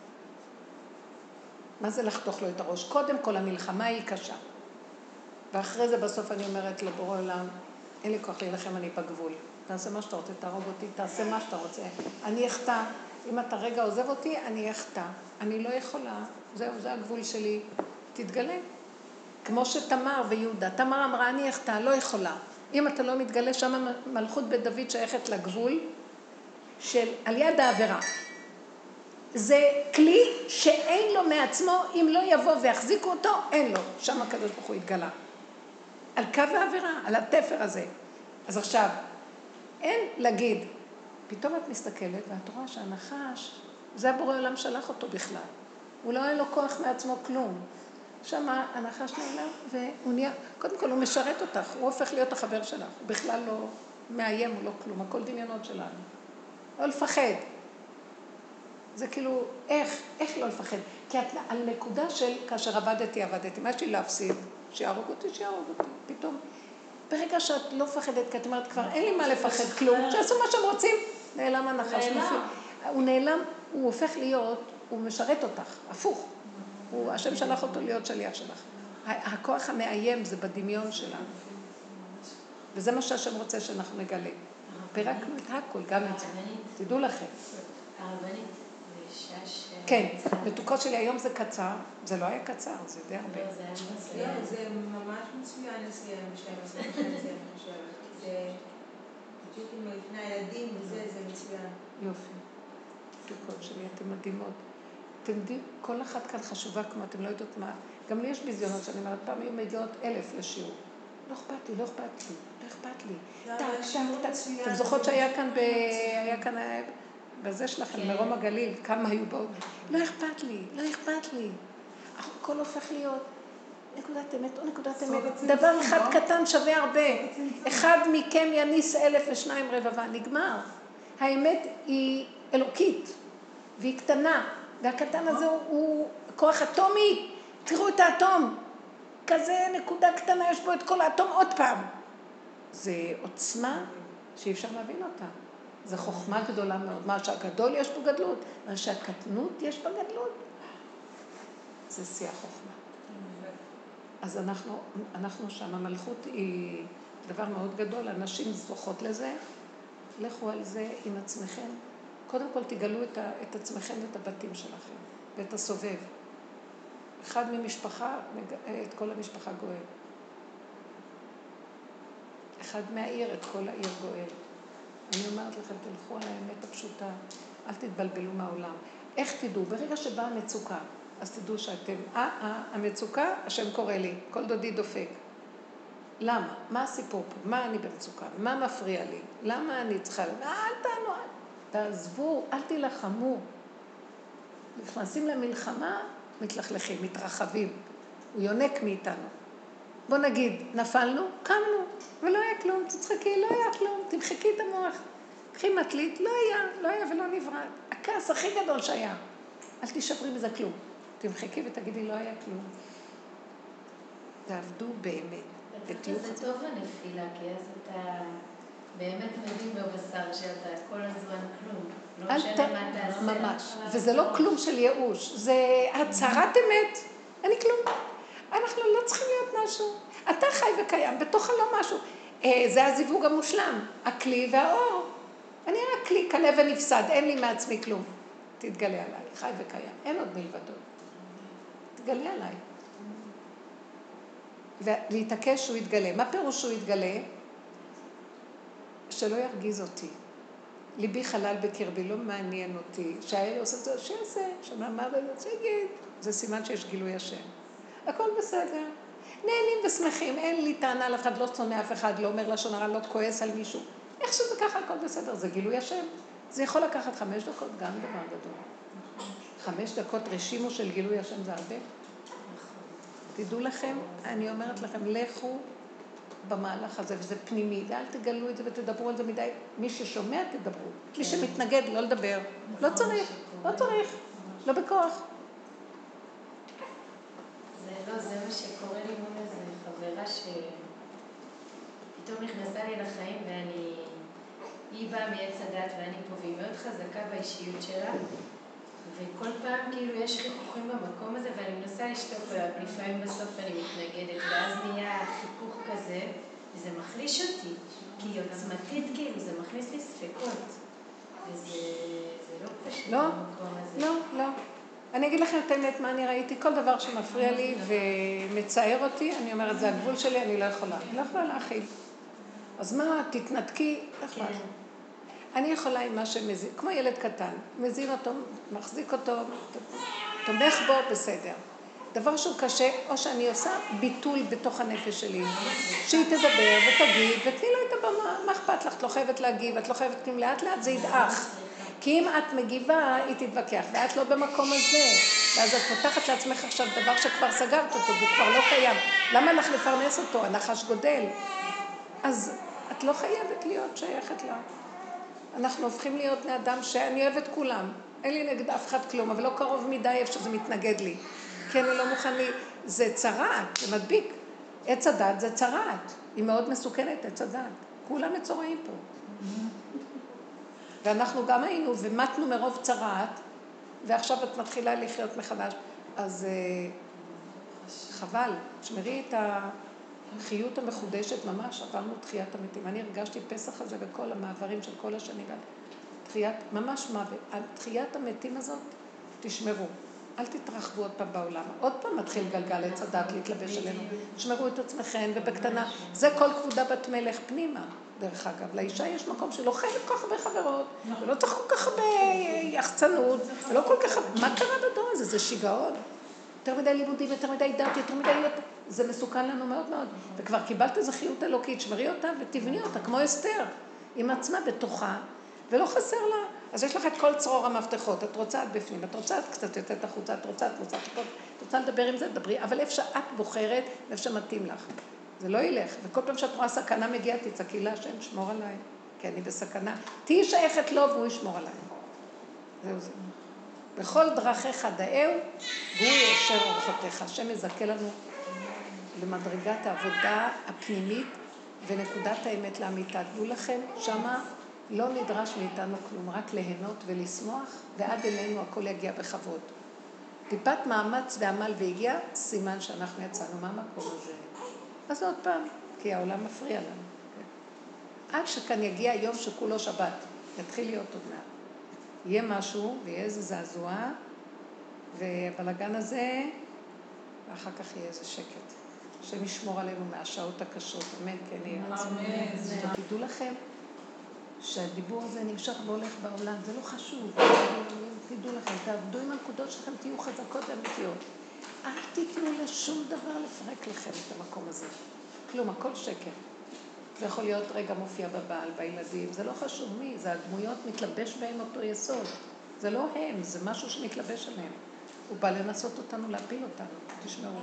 מה זה לחתוך לו את הראש? קודם כל המלחמה היא קשה. ואחרי זה בסוף אני אומרת לבורא עולם, אין לי כוח להילחם, אני בגבול. תעשה מה שאתה רוצה, תהרוג אותי, תעשה מה שאתה רוצה. אני אחטא, אם אתה רגע עוזב אותי, אני אחטא. אני לא יכולה, זהו, זה הגבול שלי, תתגלה. כמו שתמר ויהודה, תמר אמרה, אני אחטא, לא יכולה. אם אתה לא מתגלה, שם מלכות בית דוד שייכת לגבול של על יד העבירה. זה כלי שאין לו מעצמו, אם לא יבוא ויחזיקו אותו, אין לו. שם הקדוש ברוך הוא התגלה. על קו העבירה, על התפר הזה. אז עכשיו, אין להגיד, פתאום את מסתכלת ואת רואה שהנחש, זה הבורא עולם שלח אותו בכלל. הוא לא אין לו כוח מעצמו כלום. שם הנחש נעלם והוא נהיה, קודם כל הוא משרת אותך, הוא הופך להיות החבר שלך, הוא בכלל לא מאיים, הוא לא כלום, הכל דמיונות שלנו. לא לפחד. זה כאילו, איך, איך לא לפחד? כי את על נקודה של כאשר עבדתי, עבדתי, מה יש לי להפסיד? שיהרוג אותי, שיהרוג אותי, פתאום. ברגע שאת לא פחדת, כי את אומרת, כבר אין לי מה לפחד כלום, שעשו מה שהם רוצים, נעלם הנחש. הוא נעלם, הוא הופך להיות, הוא משרת אותך, הפוך. הוא, השם שלח אותו להיות שליח שלך. הכוח המאיים זה בדמיון שלנו. וזה מה שהשם רוצה שאנחנו נגלה. פירקנו את הכל, גם את זה. תדעו לכם. הרבנית, שש... כן, מתוקות שלי היום זה קצר, זה לא היה קצר, זה די הרבה. לא, זה ממש מצוין לסיים בשלב הזה, אני חושבת. זה בדיוק עם לפני הילדים וזה, זה מצוין. יופי. מתוקות שלי, אתם מדהימות. אתם יודעים, כל אחת כאן חשובה כמו, אתם לא יודעות מה. גם לי יש ביזיונות שאני אומרת, פעם היו מגיעות אלף לשיעור. לא אכפת לי, לא אכפת לי, לא אכפת לי. טק, טק, טק. אתם זוכרות שהיה כאן, היה כאן בזה שלכם, כן. מרום הגליל, כמה היו באות, לא אכפת לי, לא אכפת לי. הכל הופך להיות נקודת אמת או נקודת אמת. דבר אחד קטן שווה הרבה. אחד מכם יניס אלף ושניים רבבה, נגמר. האמת היא אלוקית, והיא קטנה, והקטן הזה הוא כוח אטומי. תראו את האטום. כזה נקודה קטנה, יש בו את כל האטום עוד פעם. זה עוצמה שאי אפשר להבין אותה. זו חוכמה גדולה מאוד. מה שהגדול יש בו גדלות, מה שהקטנות יש בה גדלות. זה שיא החוכמה. אז אנחנו, אנחנו שם, המלכות היא דבר מאוד גדול, אנשים זוכות לזה, לכו על זה עם עצמכם. קודם כל תגלו את, ה, את עצמכם ואת הבתים שלכם, ואת הסובב. אחד ממשפחה, את כל המשפחה גואל. אחד מהעיר, את כל העיר גואל. אני אומרת לכם, תלכו על האמת הפשוטה, אל תתבלבלו מהעולם. איך תדעו? ברגע שבאה המצוקה, אז תדעו שאתם, אה, אה, המצוקה, השם קורא לי, כל דודי דופק. למה? מה הסיפור פה? מה אני במצוקה? מה מפריע לי? למה אני צריכה? אל תענו, תעזבו, אל תילחמו. נכנסים למלחמה, מתלכלכים, מתרחבים. הוא יונק מאיתנו. בוא נגיד, נפלנו, קמנו, ולא היה כלום, תצחקי, לא היה כלום, תמחקי את המוח. קחי מטלית, לא היה, לא היה ולא נברא. הכעס הכי גדול שהיה. אל תשברי בזה כלום. תמחקי ותגידי, לא היה כלום. תעבדו באמת. ותראו, זה טוב הנפילה, כי אז אתה באמת מבין בבשר שאתה כל הזמן כלום. לא משנה מה תעשה. ממש. וזה לא כלום של ייאוש, זה הצהרת אמת. אני כלום. אנחנו לא צריכים להיות משהו. אתה חי וקיים, בתוך לא משהו. זה הזיווג המושלם, הכלי והאור. אני רק כלי, כלה ונפסד, אין לי מעצמי כלום. תתגלה עליי, חי וקיים, אין עוד מלבדו. תתגלה עליי. ולהתעקש שהוא יתגלה. מה פירוש שהוא יתגלה? שלא ירגיז אותי. ליבי חלל בקרבי, לא מעניין אותי. שהאלה עושה את זה, שיעשה, שמאמר את זה, שיגיד. זה סימן שיש גילוי השם. הכל בסדר. נהנים ושמחים, אין לי טענה לאחד, לא צונא אף אחד, לא אומר לשון הרע, לא כועס על מישהו. איך שזה ככה, הכל בסדר, זה גילוי השם. זה יכול לקחת חמש דקות, גם דבר גדול. חמש דקות רשימו של גילוי השם זה הרבה. תדעו לכם, אני אומרת לכם, לכו במהלך הזה, וזה פנימי, ואל תגלו את זה ותדברו על זה מדי. מי ששומע, תדברו. מי שמתנגד, לא לדבר. לא צריך, לא צריך, לא בכוח. זה לא, זה מה שקורה לי מול איזה חברה שפתאום נכנסה לי לחיים ואני, היא באה מעץ הדת ואני פה, והיא מאוד חזקה באישיות שלה, וכל פעם כאילו יש חיכוכים במקום הזה ואני מנסה לשתוק עליו, לפעמים בסוף אני מתנגדת, ואז נהיה חיכוך כזה, וזה מחליש אותי, כי היא עוצמתית כאילו, זה מכניס לי ספקות, וזה זה לא פשוט לא, במקום הזה. לא, לא. אני אגיד לכם את האמת מה אני ראיתי, כל דבר שמפריע לי ומצער אותי, אני אומרת, זה הגבול שלי, אני לא יכולה. אני לא יכולה להכיל. אז מה, תתנתקי, לא יכולה. אני יכולה עם מה שמזין, כמו ילד קטן, מזין אותו, מחזיק אותו, תומך בו, בסדר. דבר שהוא קשה, או שאני עושה ביטול בתוך הנפש שלי, שהיא תדבר ותגיד, ותני לה את הבמה, מה אכפת לך? את לא חייבת להגיב, את לא חייבת כלום, לאט לאט זה ידעך. כי אם את מגיבה, היא תתווכח, ואת לא במקום הזה. ואז את פותחת לעצמך עכשיו דבר שכבר סגרת אותו, והוא כבר לא קיים. למה לך לפרנס אותו? הנחש גודל. אז את לא חייבת להיות שייכת לה. אנחנו הופכים להיות בני אדם שאני אוהבת כולם. אין לי נגד אף אחד כלום, אבל לא קרוב מדי איפה שזה מתנגד לי. כי אני לא מוכן לי, זה צרעת, זה מדביק. עץ הדת זה צרעת. היא מאוד מסוכנת, עץ הדת. כולם מצורעים פה. ואנחנו גם היינו ומתנו מרוב צרעת, ועכשיו את מתחילה לחיות מחדש. אז חבל, שמרי את החיות המחודשת ממש, עברנו תחיית המתים. אני הרגשתי פסח הזה וכל המעברים של כל השנים. תחיית, ממש מוות. תחיית המתים הזאת, תשמרו. אל תתרחבו עוד פעם בעולם. עוד פעם מתחיל גלגל עץ הדת להתלבש עלינו. תשמרו את עצמכם ובקטנה. זה כל כבודה בת מלך פנימה. דרך אגב, לאישה יש מקום שלא חייבת כל כך הרבה חברות, ולא צריך כל כך הרבה יחצנות, ולא כל כך... מה קרה בדור הזה? זה שיגעון. יותר מדי לימודים, יותר מדי דת, יותר מדי... זה מסוכן לנו מאוד מאוד. וכבר קיבלת איזו חיות אלוקית, שמרי אותה ותבני אותה, כמו אסתר, עם עצמה בתוכה, ולא חסר לה אז יש לך את כל צרור המפתחות, את רוצה את בפנים, את רוצה את קצת יוצאת החוצה, את רוצה, את רוצה, את רוצה לדבר עם זה, דברי, אבל איפה שאת בוחרת, ואיפה שמתאים לך. זה לא ילך, וכל פעם שאת רואה סכנה מגיעה, תצעקי לה, השם שמור עליי, כי אני בסכנה. תהי שייכת לו והוא ישמור עליי. זהו זה. בכל דרכיך דאהו, והוא ישר אורחותיך. השם מזכה לנו למדרגת העבודה הפנימית ונקודת האמת לאמיתה. תדעו לכם, שמה לא נדרש מאיתנו כלום, רק ליהנות ולשמוח, ועד אלינו הכל יגיע בכבוד. טיפת מאמץ ועמל והגיע, סימן שאנחנו יצאנו מהמקום הזה. אז עוד פעם, כי העולם מפריע לנו. עד שכאן יגיע יום שכולו שבת, יתחיל להיות עוד מעט. יהיה משהו, ויהיה איזה זעזוע, ובלגן הזה, ואחר כך יהיה איזה שקט. השם ישמור עלינו מהשעות הקשות, אמן, כן יהיה. אמן. תדעו לכם שהדיבור הזה נמשך והולך בעולם, זה לא חשוב. תדעו לכם, תעבדו עם הנקודות שלכם, תהיו חזקות ואמיתיות. אל תיתנו לשום דבר לפרק לכם את המקום הזה. כלום, הכל שקר. זה יכול להיות רגע מופיע בבעל, בילדים, זה לא חשוב מי, זה הדמויות מתלבש בהם אותו יסוד. זה לא הם, זה משהו שמתלבש עליהם. הוא בא לנסות אותנו, להפיל אותנו, תשמעו.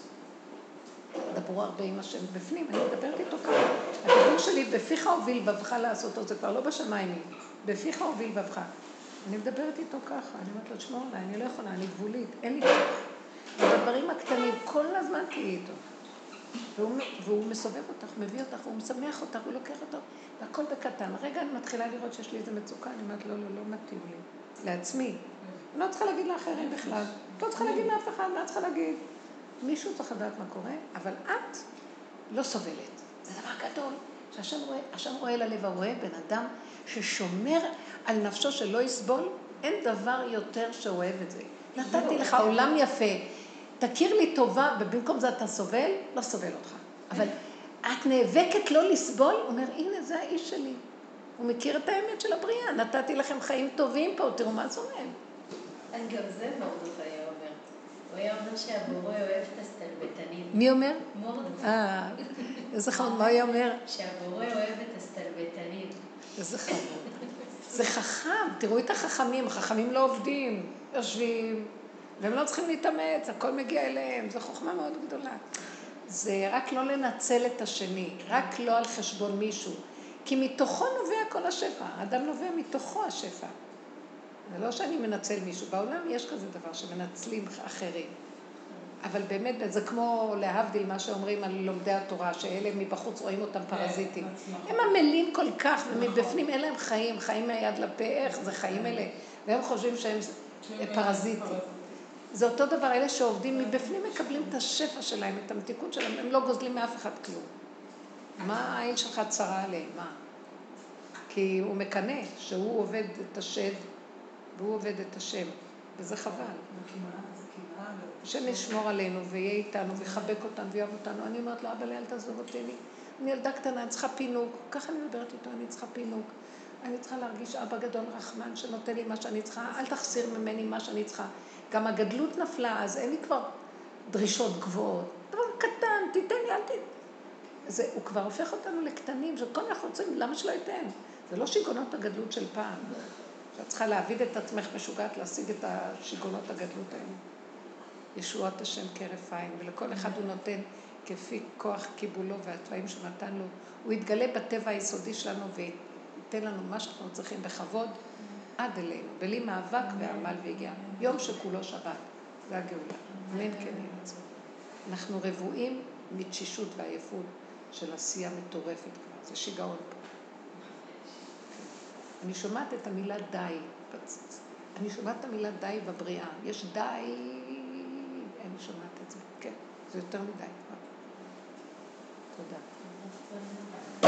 דברו הרבה עם השם בפנים, אני מדברת איתו ככה. הדיבור שלי בפיך הוביל בבך לעשות אותו, זה כבר לא בשמיים, בפיך הוביל בבך. אני מדברת איתו ככה, אני אומרת לו, תשמעו עליי, אני לא יכולה, אני גבולית, אין לי כוח. ובדברים הקטנים, כל הזמן תהיי איתו. והוא, והוא מסובב אותך, מביא אותך, הוא משמח אותך, הוא לוקח אותך, והכל בקטן. רגע אני מתחילה לראות שיש לי איזה מצוקה, אני אומרת, לא, לא, לא מתאים לי, לעצמי. אני לא צריכה להגיד לאחרים בכלל, לא צריכה להגיד לאף אחד, מה צריכה להגיד? מישהו צריך לדעת מה קורה, אבל את לא סובלת. זה דבר גדול, שהשם רואה, השם רואה ללב, הוא רואה בן אדם ששומר על נפשו שלא יסבול, אין דבר יותר שאוהב את זה. נתתי לך עולם יפה. תכיר לי טובה, ובמקום זה אתה סובל, לא סובל אותך. אבל את נאבקת לא לסבול, הוא אומר, הנה, זה האיש שלי. הוא מכיר את האמת של הבריאה, נתתי לכם חיים טובים פה, תראו מה זה אומר. גם זה מורדכי היה אומר. הוא היה אומר שהבורא אוהב את הסתלבטנים. מי אומר? מורדכי. אה, איזה חמוד, מה הוא אומר? שהבורא אוהב את הסתלבטנים. איזה חמוד. זה חכם, תראו את החכמים, החכמים לא עובדים, יושבים. והם לא צריכים להתאמץ, הכל מגיע אליהם, זו חוכמה מאוד גדולה. זה רק לא לנצל את השני, רק לא על חשבון מישהו. כי מתוכו נובע כל השפע, האדם נובע מתוכו השפע. זה לא שאני מנצל מישהו, בעולם יש כזה דבר שמנצלים אחרים. אבל באמת זה כמו להבדיל מה שאומרים על לומדי התורה, שאלה מבחוץ רואים אותם פרזיטים. הם עמלים כל כך, ומבפנים אין להם חיים, חיים מהיד לפה, איך זה חיים אלה, והם חושבים שהם פרזיטים. זה אותו דבר, אלה שעובדים מבפנים מקבלים את השפע שלהם, את המתיקות שלהם, הם לא גוזלים מאף אחד כלום. מה העין שלך צרה עליהם? מה? כי הוא מקנה שהוא עובד את השד, והוא עובד את השם, וזה חבל. השם ישמור עלינו ויהיה איתנו ויחבק אותנו ויאהב אותנו. אני אומרת לו, אבא לי, אל תעזוב אותי לי. אני ילדה קטנה, אני צריכה פינוק. ככה אני מדברת איתו, אני צריכה פינוק. אני צריכה להרגיש אבא גדול רחמן שנותן לי מה שאני צריכה. אל תחסיר ממני מה שאני צריכה. גם הגדלות נפלה, אז אין לי כבר דרישות גבוהות. דבר קטן, תיתן לי, אל תיתן. זה, הוא כבר הופך אותנו לקטנים, שכל אנחנו רוצים, למה שלא ייתן? זה לא שיגונות הגדלות של פעם. שאת צריכה להעביד את עצמך משוגעת, להשיג את השיגונות הגדלות האלה. ישועת השם כרף עין, ולכל אחד הוא נותן כפי כוח קיבולו והטבעים שנתן לו. הוא יתגלה בטבע היסודי שלנו וייתן לנו מה שאנחנו צריכים בכבוד עד אלינו, בלי מאבק ועמל והגיע. יום שכולו שבת, זה הגאולה. אמן כן יהיה עצמו. אנחנו רבועים מתשישות ועייפות של עשייה מטורפת כבר, זה שיגעון פה. אני שומעת את המילה די, אני שומעת את המילה די בבריאה, יש די, אני שומעת את זה, כן, זה יותר מדי. תודה.